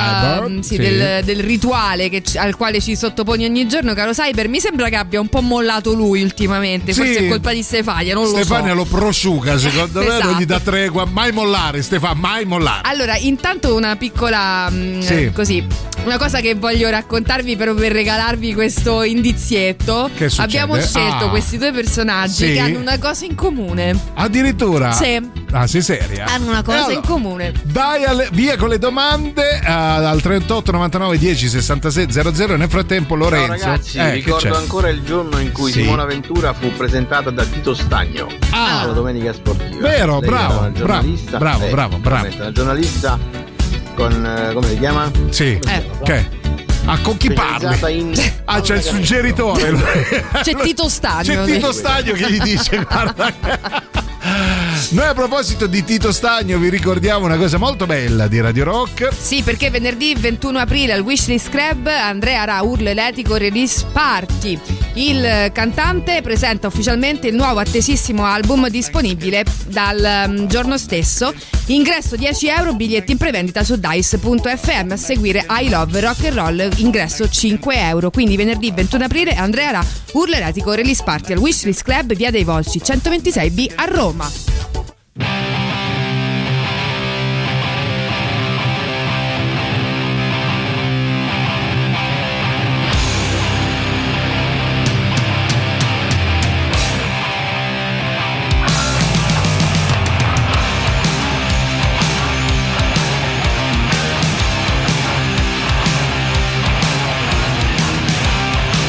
del rituale al quale ci sottoponi ogni giorno, caro Cyber. Mi sembra che abbia un po' mollato lui ultimamente. Forse è colpa di Stefania, non lo so. Stefania lo prosciuga, secondo me, non gli dà tregua. Mai mollare, Stefania, mai mollare. Allora, intanto una piccola una cosa che voglio raccontarvi per regalarvi questo indizietto. Che succede? Abbiamo scelto questi due personaggi che hanno una cosa in comune. Addirittura? Sì. Ah, sei seria? Hanno una cosa in comune. Dai via con le domande al 38 99 10 66 00. Nel frattempo Lorenzo. Ciao ragazzi, ricordo ancora il giorno in cui Simona Ventura fu presentata da Tito Stagno alla Domenica Sportiva. Vero, Lei bravo, era una giornalista, bravo. Una giornalista con come si chiama? Sì. Che? Con chi parli? C'è il suggeritore. C'è Tito Stagno. C'è Tito Stagno che gli dice guarda. Noi a proposito di Tito Stagno vi ricordiamo una cosa molto bella di Radio Rock. Sì, perché venerdì 21 aprile al Wishlist Club Andrea Ara Urlo Eletico Release Party. Il cantante presenta ufficialmente il nuovo attesissimo album disponibile dal giorno stesso. Ingresso 10 euro, biglietti in prevendita su dice.fm. A seguire I Love Rock and Roll, ingresso 5 euro. Quindi venerdì 21 aprile Andrea Ara Urlo Eletico Release Party al Wishlist Club, via dei Volsci 126B a Roma.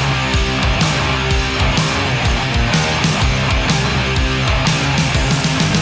I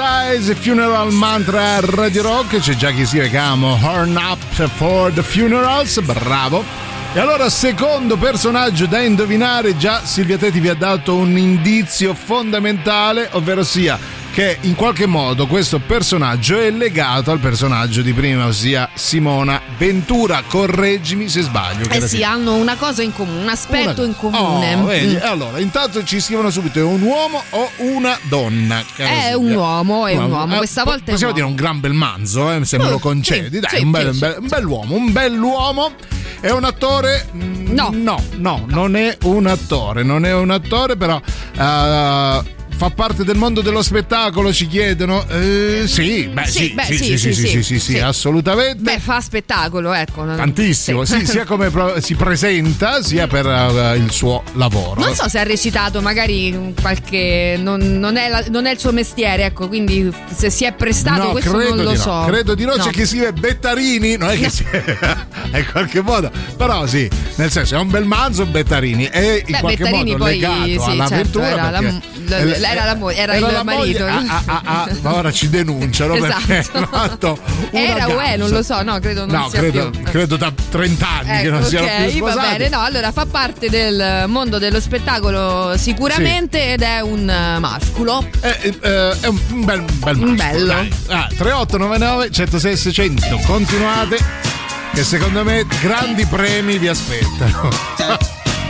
Skies, Funeral Mantra Radio Rock. C'è già chi si recamo Horn Up for the Funerals, bravo. E allora, secondo personaggio da indovinare, già Silvia Teti vi ha dato un indizio fondamentale, ovvero sia che in qualche modo questo personaggio è legato al personaggio di prima, ossia Simona Ventura. Correggimi se sbaglio. Sì, hanno una cosa in comune, un aspetto in comune. Vedi? Allora, intanto ci scrivono subito: è un uomo o una donna? È un uomo, è un uomo. Questa volta possiamo dire un gran bel manzo, se me lo concedi. Dai, sì, un bell'uomo, un bell'uomo. È un attore? No, non è un attore, però fa parte del mondo dello spettacolo, ci chiedono? Sì, assolutamente. Beh, fa spettacolo, ecco. Tantissimo, sì, sia come si presenta, sia per il suo lavoro. Non so se ha recitato, magari qualche. Non è il suo mestiere, ecco, quindi se si è prestato, questo non lo so. Credo di no, c'è chi scrive Bettarini, non è che si in qualche modo, però sì, nel senso è un bel manzo Bettarini, è in qualche Bettarini modo poi, legato all'avventura, era il marito. Ma ora ci denunciano, esatto. Perché hanno fatto non lo so, credo non sia più. Credo da 30 anni che non siano più sposati. Va bene, allora fa parte del mondo dello spettacolo sicuramente, ed è un mascolo. È un bel mascolo. Un bello. 3899 106 600, continuate che secondo me grandi premi vi aspettano.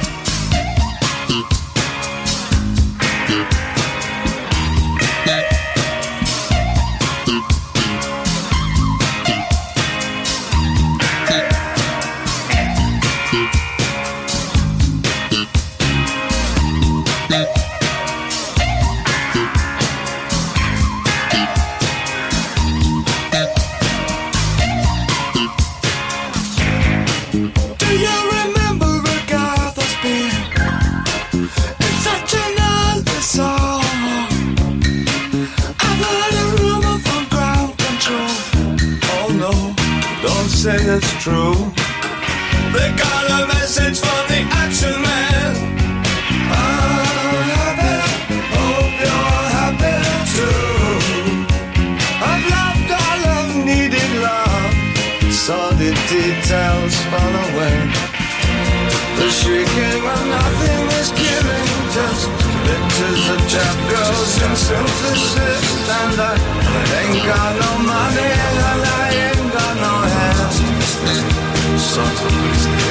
Say it's true. They got a message from the action man. I'm happy, hope you're happy too. I've loved all I've needed love, saw the details fall away. The shrieking when nothing is given, just pictures of chap girls and synthesis. And I ain't got no money and I ain't got no hands. Songs of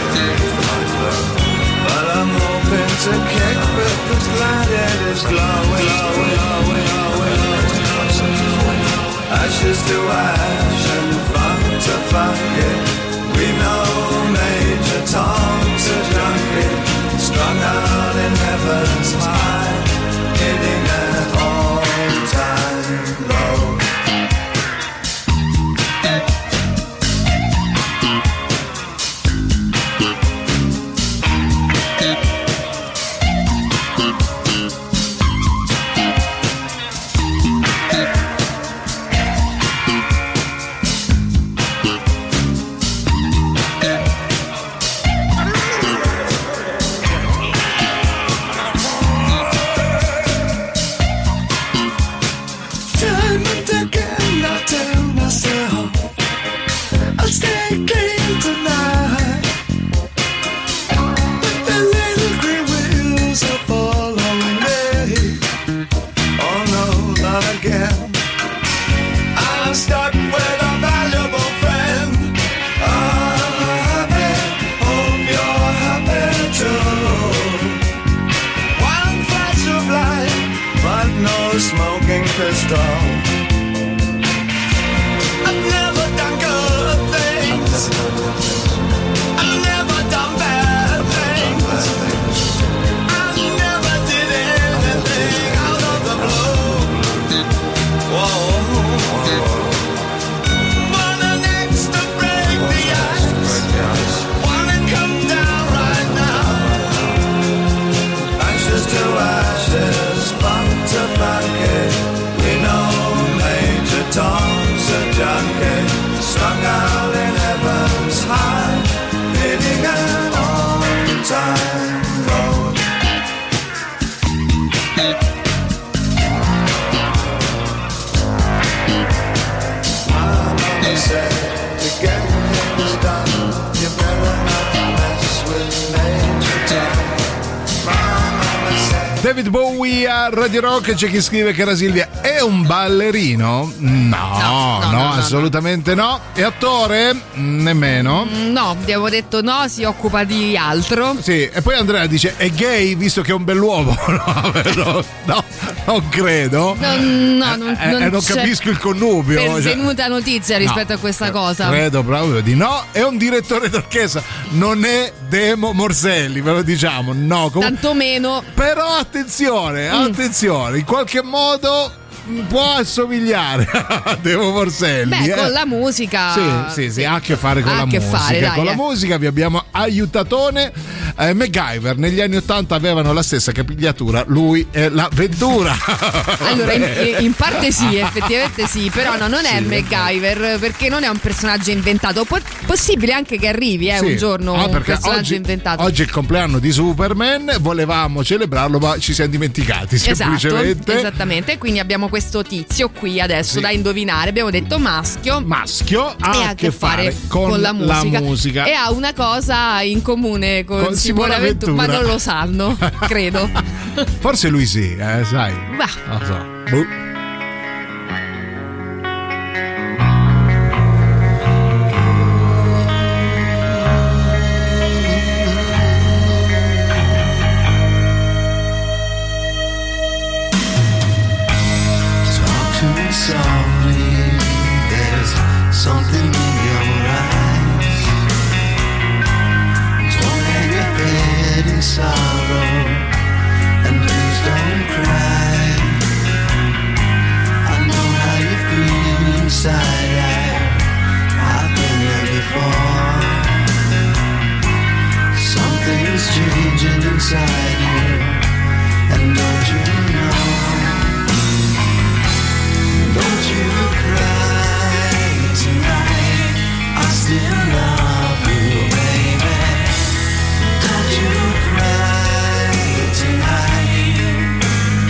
but I'm hoping to kick with this planet is glowing. Ashes to ash and funk to funk. We know Major Tom's a junkie, strung out in heaven's high, hitting an all-time low. Ashes to ashes, funk to funk, we know David Bowie a Radio Rock. C'è chi scrive che era Silvia è un ballerino? No, assolutamente no. È attore? Nemmeno. No, abbiamo detto no, si occupa di altro. Sì, e poi Andrea dice è gay visto che è un bell'uomo. No, non credo. Non capisco il connubio. Pervenuta notizia rispetto a questa cosa. Credo proprio di no. È un direttore d'orchestra, non è Demo Morselli, ve lo diciamo. No, tanto meno. Però attenzione, in qualche modo può assomigliare a Demo Morselli. Beh, con la musica. Sì, ha a che fare con la musica. Con la musica vi abbiamo aiutatone. MacGyver negli anni 80 avevano la stessa capigliatura, lui e la Ventura. Allora, in parte sì, effettivamente sì, però non è MacGyver, perché non è un personaggio inventato. Possibile anche che arrivi un giorno un personaggio inventato. Oggi è il compleanno di Superman, volevamo celebrarlo, ma ci siamo dimenticati semplicemente. Esattamente, quindi abbiamo questo tizio qui adesso da indovinare. Abbiamo detto maschio ha a che fare con la musica e ha una cosa in comune con Simona Ventura, ma non lo sanno, credo. Forse lui sì, sai. Va. Non so. Softly, there's something in your eyes. Don't hang your head in sorrow, and please don't cry. I know how you feel inside. I've been there before. Something's changing inside you, and don't you know? Don't you cry tonight, I still love you, baby. Don't you cry tonight.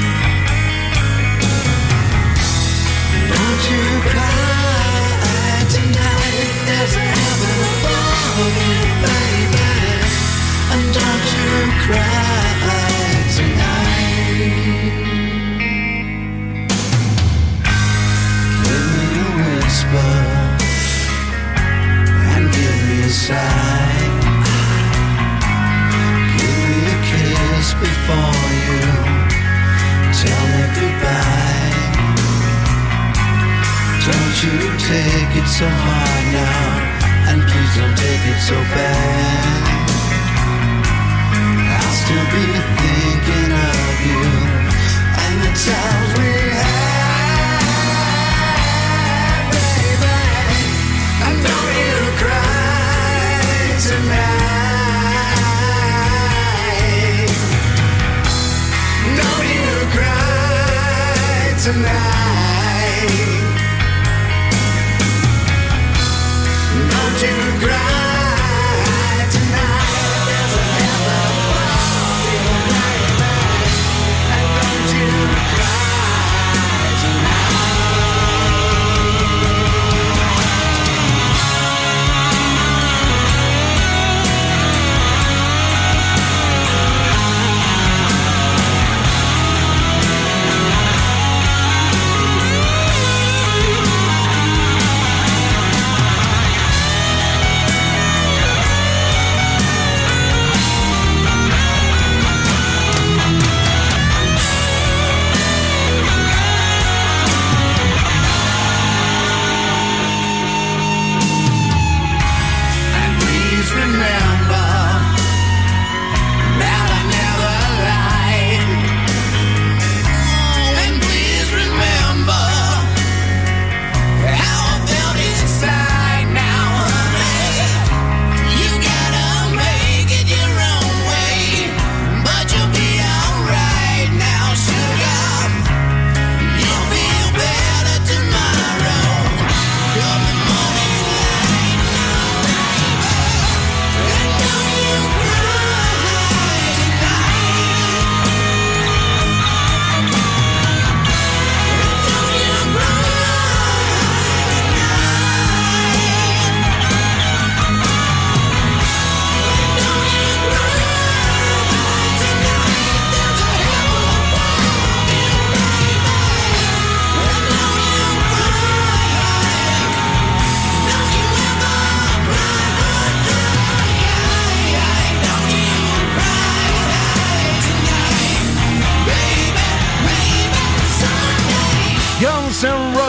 Don't you cry tonight, there's a heaven above you, baby. And don't you cry tonight. And give me a sign. Give me a kiss before you tell me goodbye. Don't you take it so hard now, and please don't take it so bad. I'll still be thinking of you and the times we had. Don't you cry tonight. Don't you cry tonight. Don't you cry tonight. There's a heaven above you, baby. And don't you cry tonight.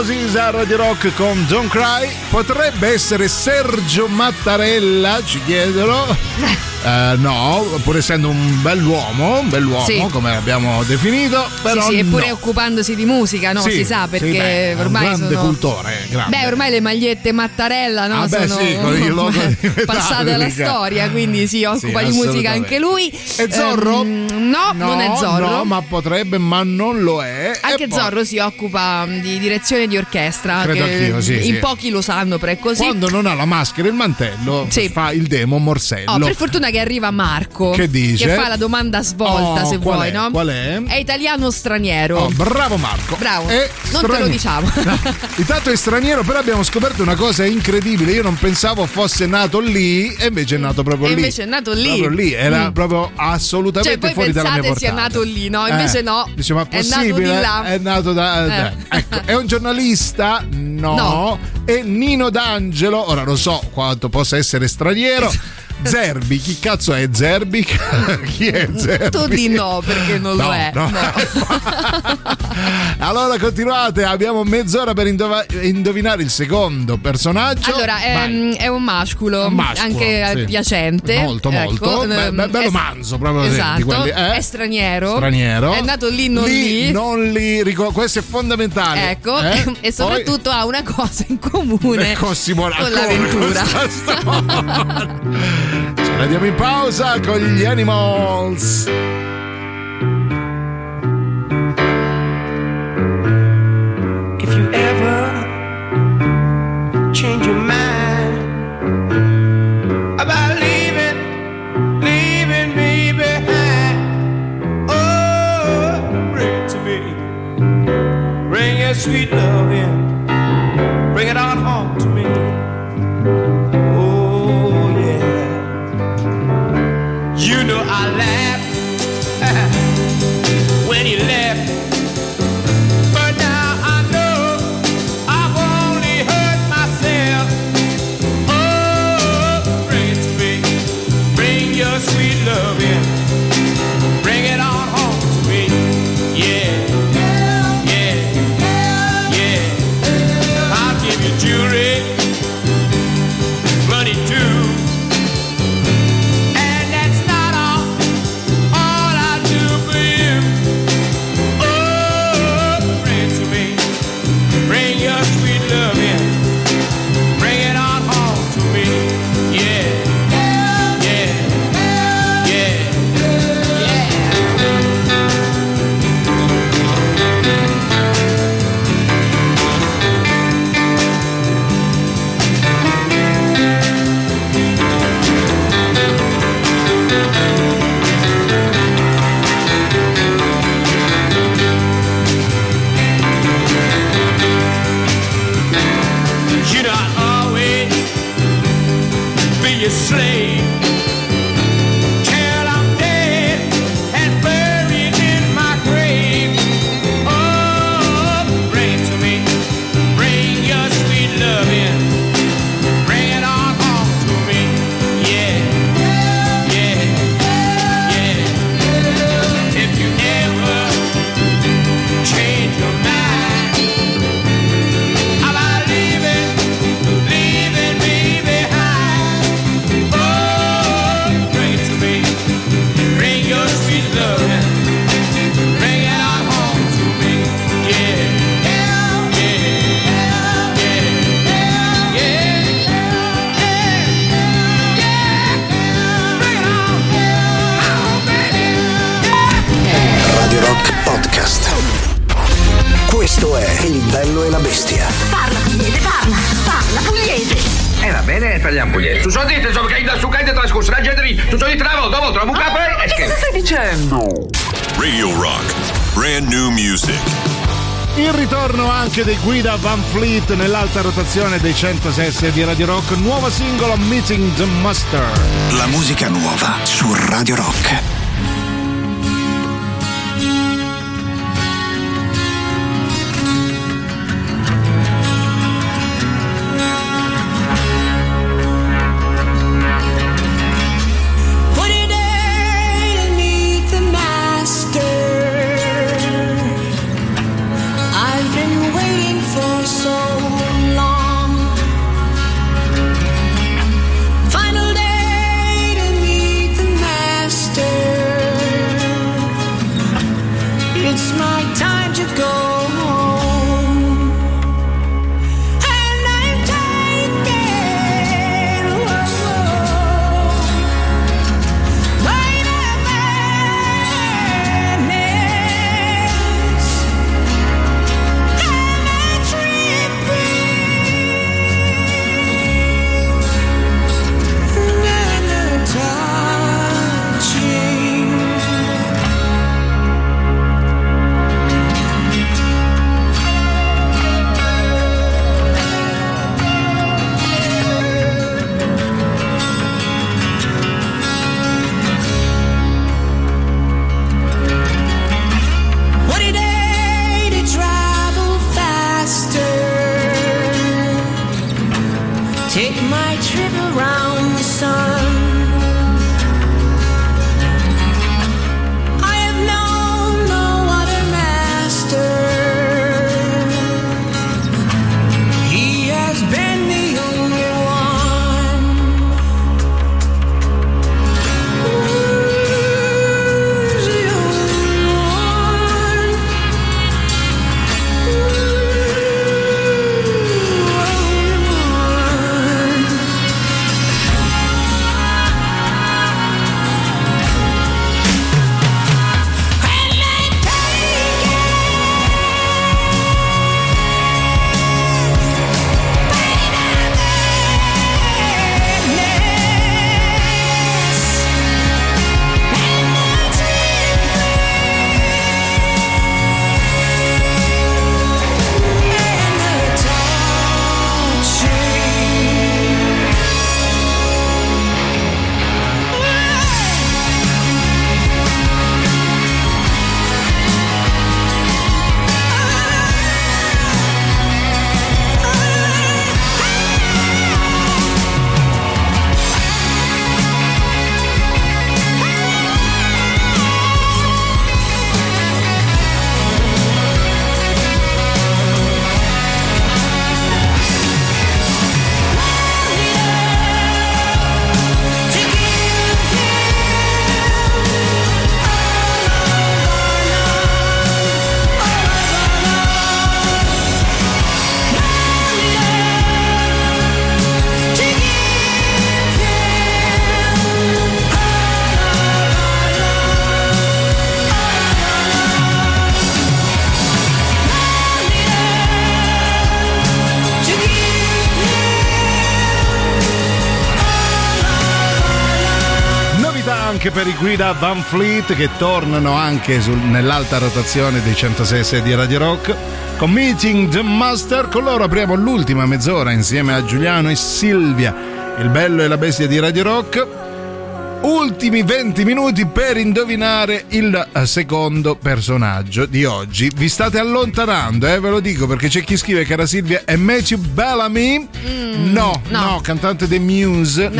Oasis a Radio Rock con Don't Cry. Potrebbe essere Sergio Mattarella, ci chiedono. No, pur essendo un bell'uomo, sì, come abbiamo definito, però sì, eppure occupandosi di musica, no? Sì, si sa, perché sì, ormai è un grande sono cultore, grande. Beh, ormai le magliette Mattarella, no? Sono sì, con il logo passate alla storia, quindi si occupa di musica anche lui. È Zorro? No, non è Zorro. No, ma potrebbe, ma non lo è. Anche Zorro si occupa di direzione di orchestra. Credo anch'io, sì. In pochi lo sanno, però è così. Quando non ha la maschera e il mantello, fa il demo morsello. Per fortuna che arriva Marco, che dice? Che fa la domanda svolta, se vuoi, no? Qual è? È italiano o straniero? Bravo Marco. Bravo. Non te lo diciamo. Intanto è straniero, però abbiamo scoperto una cosa incredibile. Io non pensavo fosse nato lì, e invece è nato proprio lì. Invece è nato lì. Proprio lì, era proprio assolutamente fuori dalla mia portata. Sia nato lì, no? Invece no. Dice, ma è nato di là. È nato da. Ecco, è un giornalista? No. È Nino D'Angelo. Ora non so quanto possa essere straniero. Zerbi, chi cazzo è Zerbi? Chi è Zerbi? Tu di no, perché non lo è. No. Allora continuate, abbiamo mezz'ora per indovinare il secondo personaggio. Allora, è un mascolo, anche sì, piacente. Molto. Bello manzo, proprio esatto, di quelli. È straniero. È nato lì, non lì. Questo è fondamentale. Ecco, e soprattutto ha una cosa in comune con l'avventura. Ce la diamo in pausa con gli Animals. If you ever change your mind about leaving me behind, oh, bring it to me. Bring your sweet love in. Bring it on home to me. You know I laughed when you left, but now I know I've only hurt myself. Oh, bring it to me, bring your sweet love in, bring it on home to me. Yeah, I'll give you jewelry, money too. Slave till I'm dead and buried in my grave. Oh, bring it to me, bring your sweet love in, bring it on home to me. Yeah. If you ever change your mind about leaving me behind, bring it to me, bring your sweet love in, bring it on home to me. Yeah. Radio Rock Podcast. Questo è Il Bello e la Bestia. Parla pugliese, parla pugliese. Va bene, parliamo pugliese. Tu so dite, insomma, che da su cade trascorso la gente lì. Tu so di travo, dopo trovo un capo e che stai dicendo? Radio Rock, brand new music. Il ritorno anche dei Guida Van Fleet nell'alta rotazione dei 106 di Radio Rock, nuovo singolo Meeting the Master. La musica nuova su Radio Rock. So take my trip around the sun. I have known no other master. He has been the only one. Who's the only one? Anche per i Guida Van Fleet, che tornano anche nell'alta rotazione dei 106 di Radio Rock con Meeting the Master. Con loro apriamo l'ultima mezz'ora insieme a Giuliano e Silvia, il bello e la bestia di Radio Rock. Ultimi 20 minuti per indovinare il secondo personaggio di oggi. Vi state allontanando, ve lo dico, perché c'è chi scrive che era Silvia e Matthew Bellamy. No, cantante dei Muse.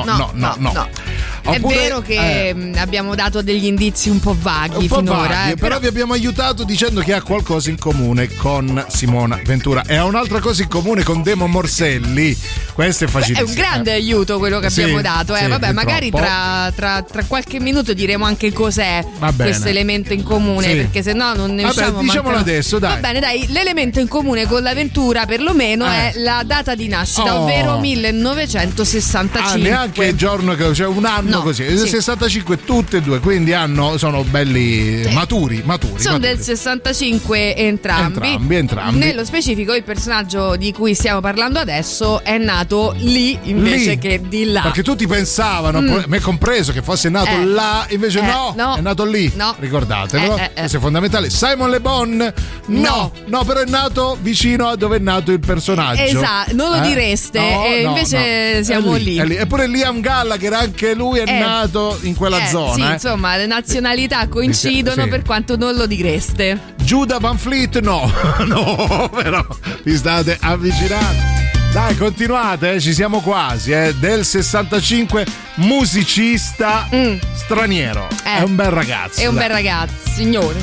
No. Oppure, è vero che abbiamo dato degli indizi un po' vaghi finora. Però vi abbiamo aiutato dicendo che ha qualcosa in comune con Simona Ventura e ha un'altra cosa in comune con Demo Morselli. Questo è facilissimo. È un grande aiuto quello che abbiamo dato. Vabbè, magari tra qualche minuto diremo anche cos'è questo elemento in comune, perché se no non ne usciamo. Diciamolo adesso, dai. Va bene, dai, l'elemento in comune con la Ventura perlomeno è la data di nascita, ovvero 1965. Neanche il giorno che c'è un anno. Così, 65 tutte e due, quindi sono belli maturi. Sono del 65 entrambi. Nello specifico il personaggio di cui stiamo parlando adesso è nato lì invece che di là. Perché tutti pensavano, me compreso, che fosse nato là, invece no, è nato lì. Ricordatelo, questo è fondamentale. Simon Le Bon, no, però è nato vicino a dove è nato il personaggio. Esatto, non lo direste, invece siamo lì. Eppure Liam Gallagher, anche lui è nato in quella zona. Sì, insomma, le nazionalità coincidono per quanto non lo direste. Judah Van Fleet, no, però vi state avvicinando. Dai, continuate, ci siamo quasi. Del 65, musicista straniero. È un bel ragazzo. È un bel ragazzo, signore.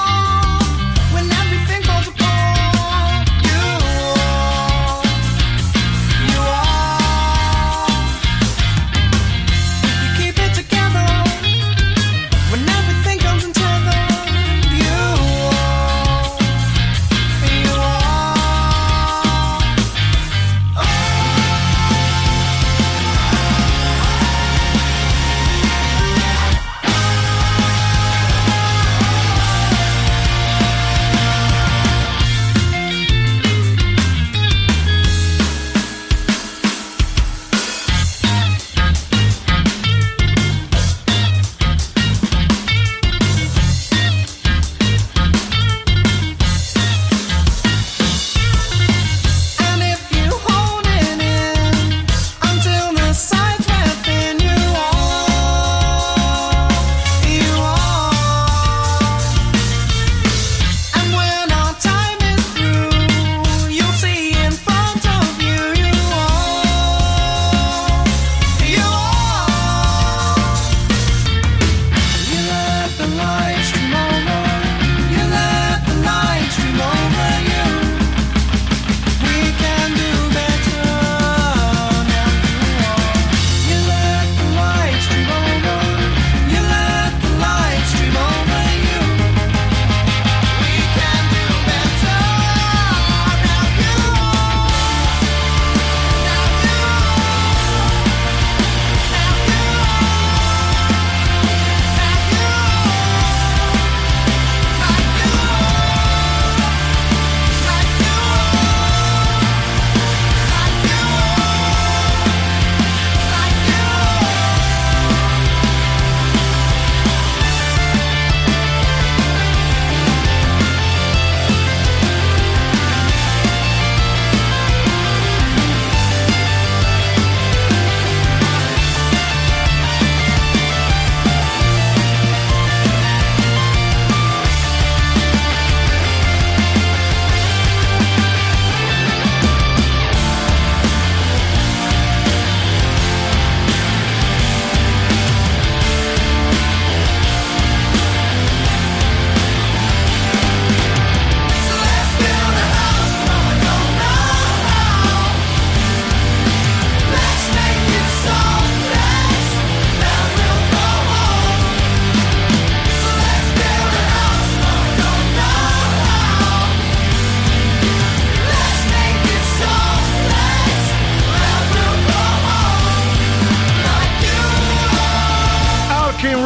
When everything falls apart, you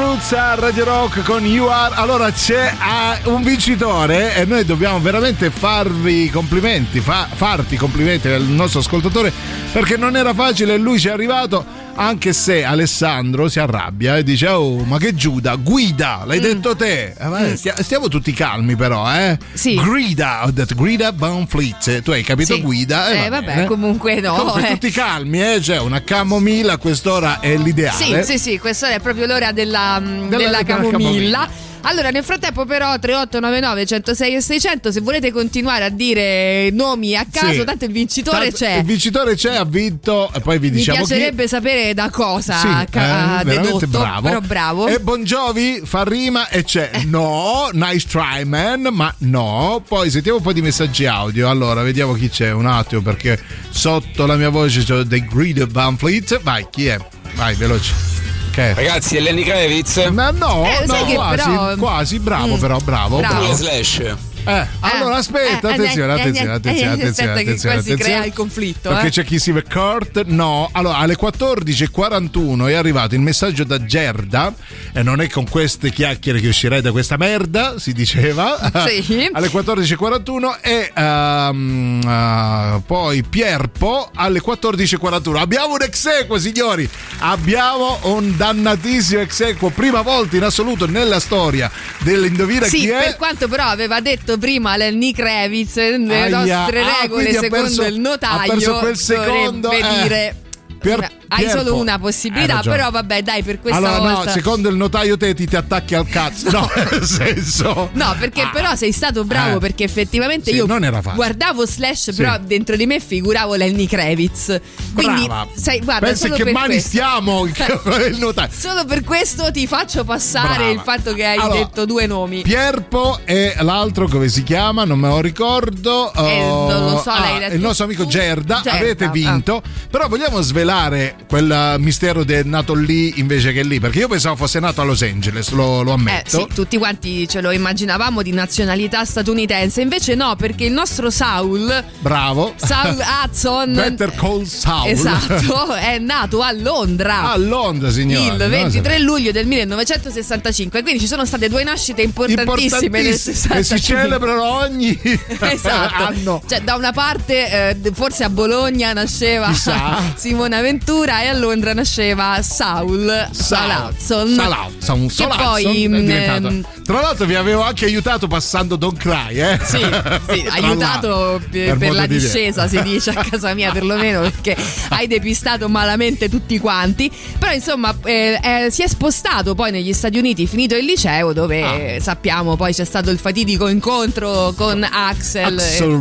Roots a Radio Rock con You Are. Allora c'è un vincitore e noi dobbiamo veramente farti complimenti al nostro ascoltatore, perché non era facile e lui ci è arrivato, anche se Alessandro si arrabbia e dice: oh, ma che Giuda, guida, l'hai detto te. Stiamo tutti calmi però, Sì. Grida, ho detto Grida Van Fleet, tu hai capito, Sì. guida. Vabbè, comunque no. Comunque tutti calmi, c'è una camomilla a quest'ora è l'ideale. Sì, quest'ora è proprio l'ora della camomilla. Allora, nel frattempo però 3899 106 e 600, se volete continuare a dire nomi a caso, Sì. tanto il vincitore c'è. Il vincitore c'è, ha vinto, e poi vi diciamo Mi piacerebbe sapere da cosa ha veramente dedotto, bravo. però bravo. E Bon Jovi fa rima e c'è no, nice try man, ma no. Poi sentiamo un po' di messaggi audio. Allora, vediamo chi c'è, un attimo, perché sotto la mia voce c'è The Greed Van Fleet. Vai, chi è? Vai, veloce. Okay. Ragazzi, è Lenny Kravitz? Ma no, quasi, bravo. Bravo. Slash. Allora aspetta, attenzione. Che qua si crea il conflitto. Perché c'è chi si vede Kurt. No, allora alle 14.41 è arrivato il messaggio da Gerda, e non è con queste chiacchiere che uscirei da questa merda, si diceva. Sì. Alle 14.41 e poi Pierpo alle 14.41. Abbiamo un ex equo, signori. Abbiamo un dannatissimo ex equo, prima volta in assoluto nella storia dell'Indovina chi è. Per quanto però aveva detto prima Lenny Kravitz, le nostre regole secondo il notaio, ha perso quel secondo, dovrebbe dire hai solo una possibilità, però vabbè, dai, per questa volta. No, secondo il notaio ti attacchi al cazzo. No, nel senso. No, perché però sei stato bravo, perché effettivamente io non era guardavo Slash, però dentro di me figuravo Lenny Kravitz. Quindi guarda, pensi solo che per mani questo. stiamo il notaio. Solo per questo ti faccio passare il fatto che hai detto due nomi. Pierpo e l'altro come si chiama? Non me lo ricordo. Non lo so, l'hai detto il nostro amico Gerda. Avete vinto. Però vogliamo svelare quel mistero del nato lì invece che lì, perché io pensavo fosse nato a Los Angeles, lo ammetto. Sì, tutti quanti ce lo immaginavamo di nazionalità statunitense, invece no, perché il nostro Saul Hudson, Better Call Saul, esatto, è nato a Londra, signore, il 23 luglio del 1965, quindi ci sono state due nascite importantissime nel 65 che si celebrano ogni anno. Cioè, da una parte forse a Bologna nasceva Simona Ventura e a Londra nasceva Saul Hudson. Che poi tra l'altro vi avevo anche aiutato passando Don't Cry, Sì, aiutato per la discesa, si dice a casa mia, perlomeno, perché hai depistato malamente tutti quanti. Però insomma si è spostato poi negli Stati Uniti, finito il liceo, dove sappiamo poi c'è stato il fatidico incontro con Axl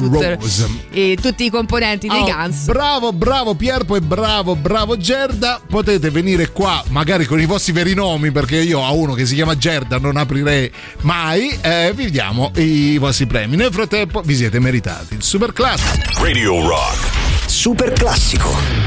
e tutti i componenti dei Guns. Bravo Pierpo e bravo Gerda. Potete venire qua magari con i vostri veri nomi, perché io a uno che si chiama Gerda non aprirei mai. Vi diamo i vostri premi. Nel frattempo vi siete meritati il super classico Radio Rock super classico.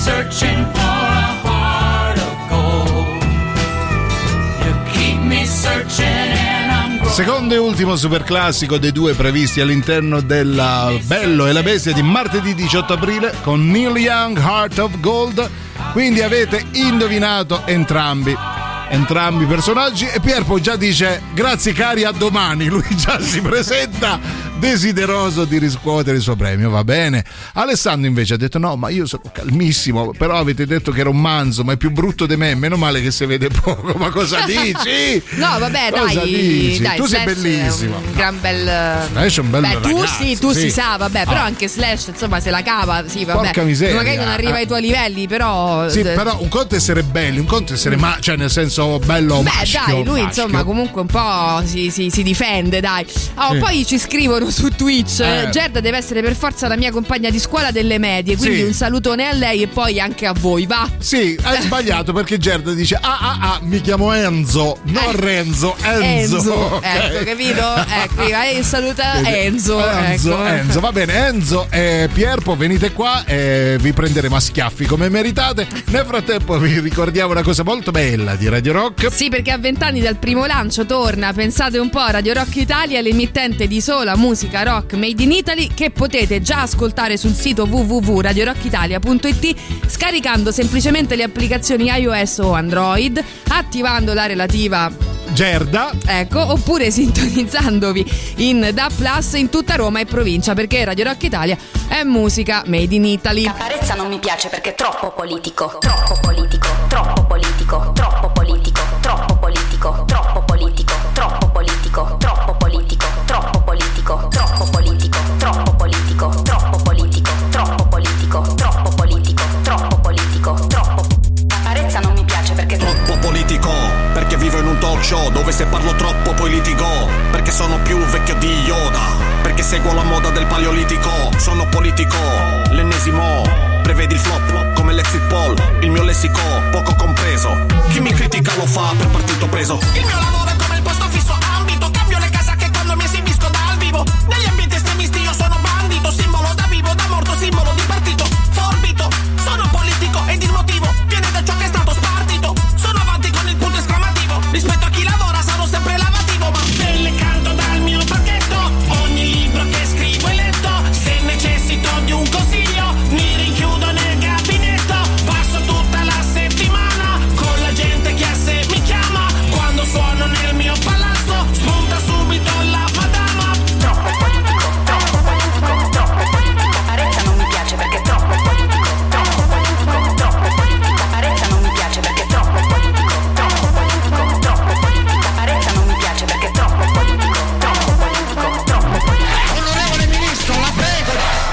searching for a heart of gold. You keep me searching and I'm growing. Secondo e ultimo super classico dei due previsti all'interno della Bello e la Bestia di martedì 18 aprile con Neil Young, Heart of Gold. Quindi avete indovinato entrambi i personaggi e Pierpo già dice grazie cari, a domani. Lui già si presenta desideroso di riscuotere il suo premio, va bene. Alessandro invece ha detto no, ma io sono calmissimo, però avete detto che era un manzo, ma è più brutto di me, meno male che si vede poco. Ma cosa dici? No vabbè, cosa dici? dai, tu sei Slash bellissimo. È un gran bel Slash è un bel ragazzo, tu sì. si sa, vabbè, però anche Slash insomma se la cava, sì, vabbè. Porca miseria. Magari non arriva ai tuoi livelli, però sì, però un conto è essere belli, un conto è essere cioè nel senso bello maschio. Dai, lui maschio. insomma comunque un po' si difende, dai. Sì. Poi ci scrivono su Twitch Gerda deve essere per forza la mia compagna di scuola delle medie, quindi un salutone a lei e poi anche a voi, va? Sì, hai sbagliato perché Gerda dice mi chiamo Enzo, non Renzo, Enzo. Okay. Ecco, capito? Ecco, saluta Enzo, va bene. Enzo e Pierpo, venite qua e vi prenderemo a schiaffi come meritate. Nel frattempo vi ricordiamo una cosa molto bella di Radio Rock. Sì, perché a 20 anni dal primo lancio torna, pensate un po', Radio Rock Italia, l'emittente di sola musica rock made in Italy, che potete già ascoltare sul sito www.radiorockitalia.it scaricando semplicemente le applicazioni iOS o Android, attivando la relativa Gerda, ecco, oppure sintonizzandovi in DAB+ in tutta Roma e provincia, perché Radio Rock Italia è musica made in Italy. Caparezza non mi piace perché è troppo politico, troppo politico, troppo politico, troppo politico, troppo politico, troppo politico, troppo politico, troppo politico, troppo politico, troppo politico, troppo politico, troppo politico, troppo politico, troppo politico, troppo politico, troppo. Caparezza non mi piace perché è troppo politico, perché vivo in un talk show dove se parlo troppo poi litigo, perché sono più vecchio di Yoda, perché seguo la moda del paleolitico, sono politico, l'ennesimo, prevedi il flop come l'exit poll, il mio lessico poco compreso, chi mi critica lo fa per partito preso, il mio lavoro è come il posto fisso ambito, cambio le casacche quando mi esibisco dal vivo, negli ambienti estremisti io sono bandito, simbolo da vivo, da morto, simbolo di partito, forbito, sono politico ed il motivo viene da ciò che è stato spartito, sono avanti con il punto esclamativo, rispetto a chi lavora sarò sempre lavativo, ma te le canto dal mio pacchetto, ogni libro che scrivo è letto, se necessito di un consiglio mi rinchiudo nel gabinetto, passo tutta la settimana con la gente che a sé mi chiama, quando suono nel mio palazzo spunta subito la madama. troppo politico, troppo politico, troppo politico. Caparezza non mi piace perché è troppo politico, troppo politico, troppo politico. Caparezza non mi piace perché è troppo politico, troppo politico, troppo politico. Caparezza non mi piace perché è troppo politico, troppo politico, troppo politico. Onorevole Ministro, la prego!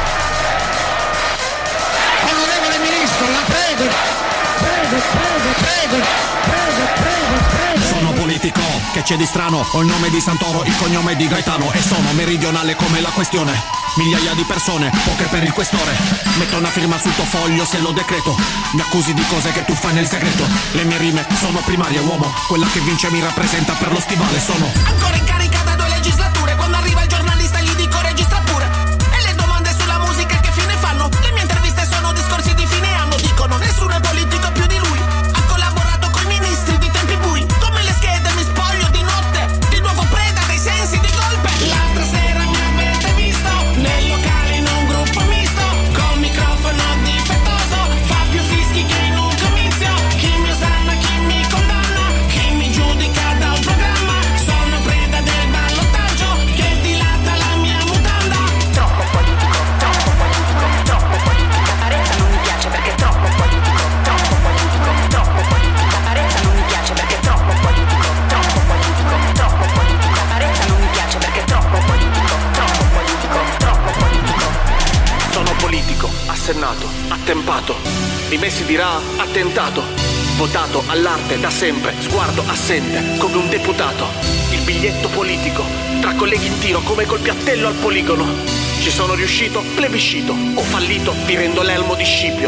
Onorevole Ministro, la prego! Prego, prego, prego, prego, prego, prego! Sono politico, che c'è di strano, ho il nome di Santoro, il cognome di Gaetano e sono meridionale come la questione. Migliaia di persone, poche per il questore. Metto una firma sul tuo foglio se lo decreto. Mi accusi di cose che tu fai nel segreto. Le mie rime sono primarie, uomo. Quella che vince mi rappresenta per lo stivale, sono Ancora in carica da 2 legislature, quando arriva il giornalista gli dico registra pure. E le domande sulla musica che fine fanno? Le mie interviste sono discorsi di fine anno, dicono nessuno è politico più di lui. Ha collaborato coi ministri di tempi bui, come le schede mi spoglio di notte, il nuovo preda dei sensi di golpe. L'altra sera mi avete visto nel locale in un gruppo misto, con microfono difettoso, fa più fischi che in un comizio. Chi mi osanna, chi mi condanna, chi mi giudica da un programma, sono preda del ballottaggio che dilata la mia mutanda. Troppo politico, troppo politico, troppo politico. Caparezza non mi piace perché è troppo politico, troppo politico, troppo politico. Caparezza non mi piace perché è troppo politico, troppo politico, troppo politico. Caparezza non mi piace perché è troppo politico, troppo politico, troppo politico. Sono politico, assennato, attempato. Di me si dirà attentato. Votato all'arte da sempre, sguardo assente, come un deputato. Il biglietto politico, tra colleghi in tiro come col piattello al poligono. Ci sono riuscito, plebiscito, ho fallito, vi rendo l'elmo di Scipio.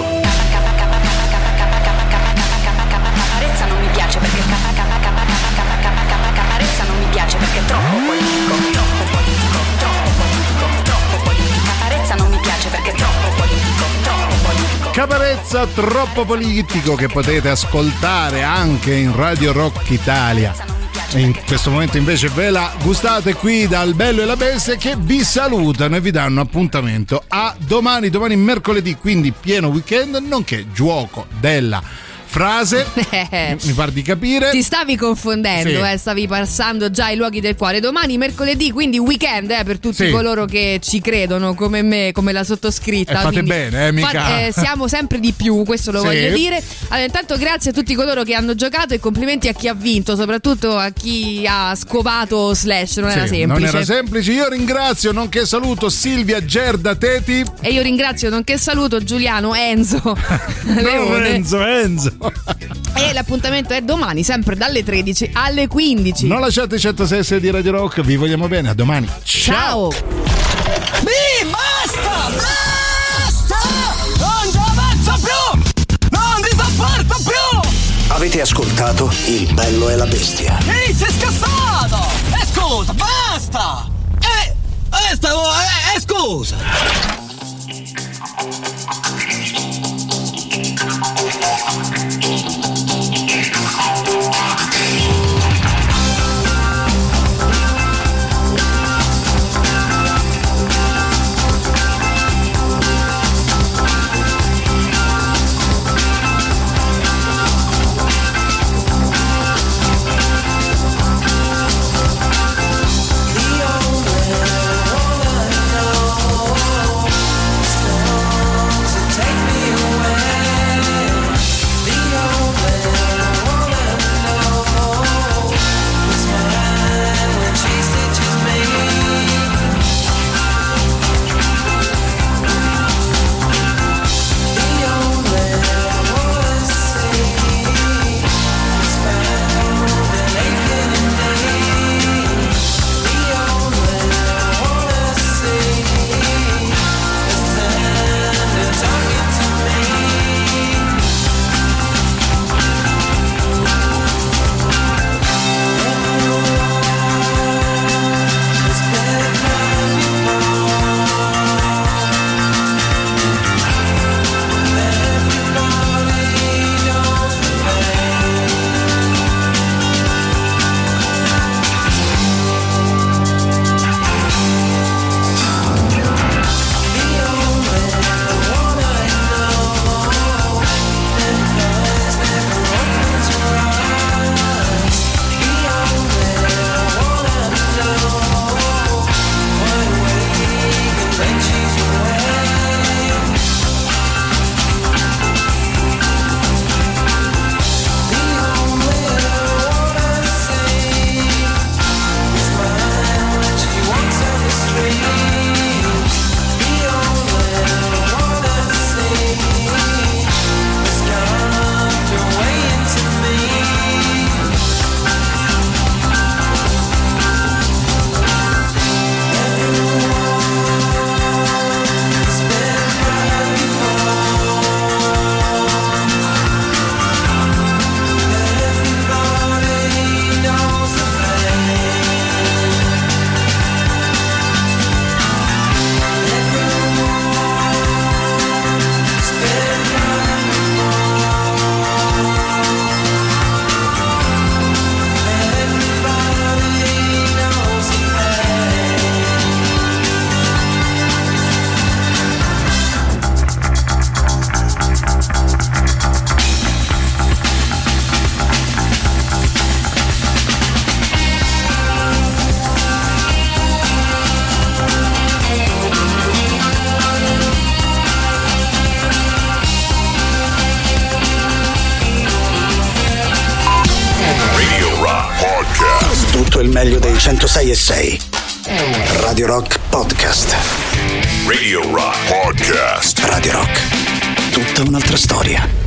Caparezza non mi piace perché Caparezza non mi piace perché è troppo politico, troppo politico, troppo politico, troppo politico. Caparezza non mi piace perché è troppo politico, troppo politico. Caparezza troppo politico, che potete ascoltare anche in Radio Rock Italia. E in questo momento invece ve la gustate qui dal Bello e la Bestia, che vi salutano e vi danno appuntamento a domani mercoledì, quindi pieno weekend, nonché gioco della frase. Mi pare di capire. Ti stavi confondendo, Sì. stavi passando già ai luoghi del cuore. Domani mercoledì, quindi weekend per tutti Sì. coloro che ci credono come me, come la sottoscritta. Fate Quindi bene, mica. siamo sempre di più, questo lo Sì. voglio dire. Allora, intanto grazie a tutti coloro che hanno giocato e complimenti a chi ha vinto, soprattutto a chi ha scovato Slash, non era Sì, semplice. non era semplice. Io ringrazio, nonché saluto Silvia Gerda Teti. E io ringrazio, nonché saluto Giuliano Enzo Leone. Enzo. E l'appuntamento è domani, sempre dalle 13 alle 15. Non lasciate 106 di Radio Rock, vi vogliamo bene, a domani. Ciao. Basta! Basta! Non ci avanzo più! Non ti sopporto più! Avete ascoltato Il Bello e la Bestia. Ehi, sei scassato! Scusa, basta! Scusa! Tutto il meglio dei 106.6. Radio Rock Podcast. Radio Rock Podcast. Radio Rock. Tutta un'altra storia.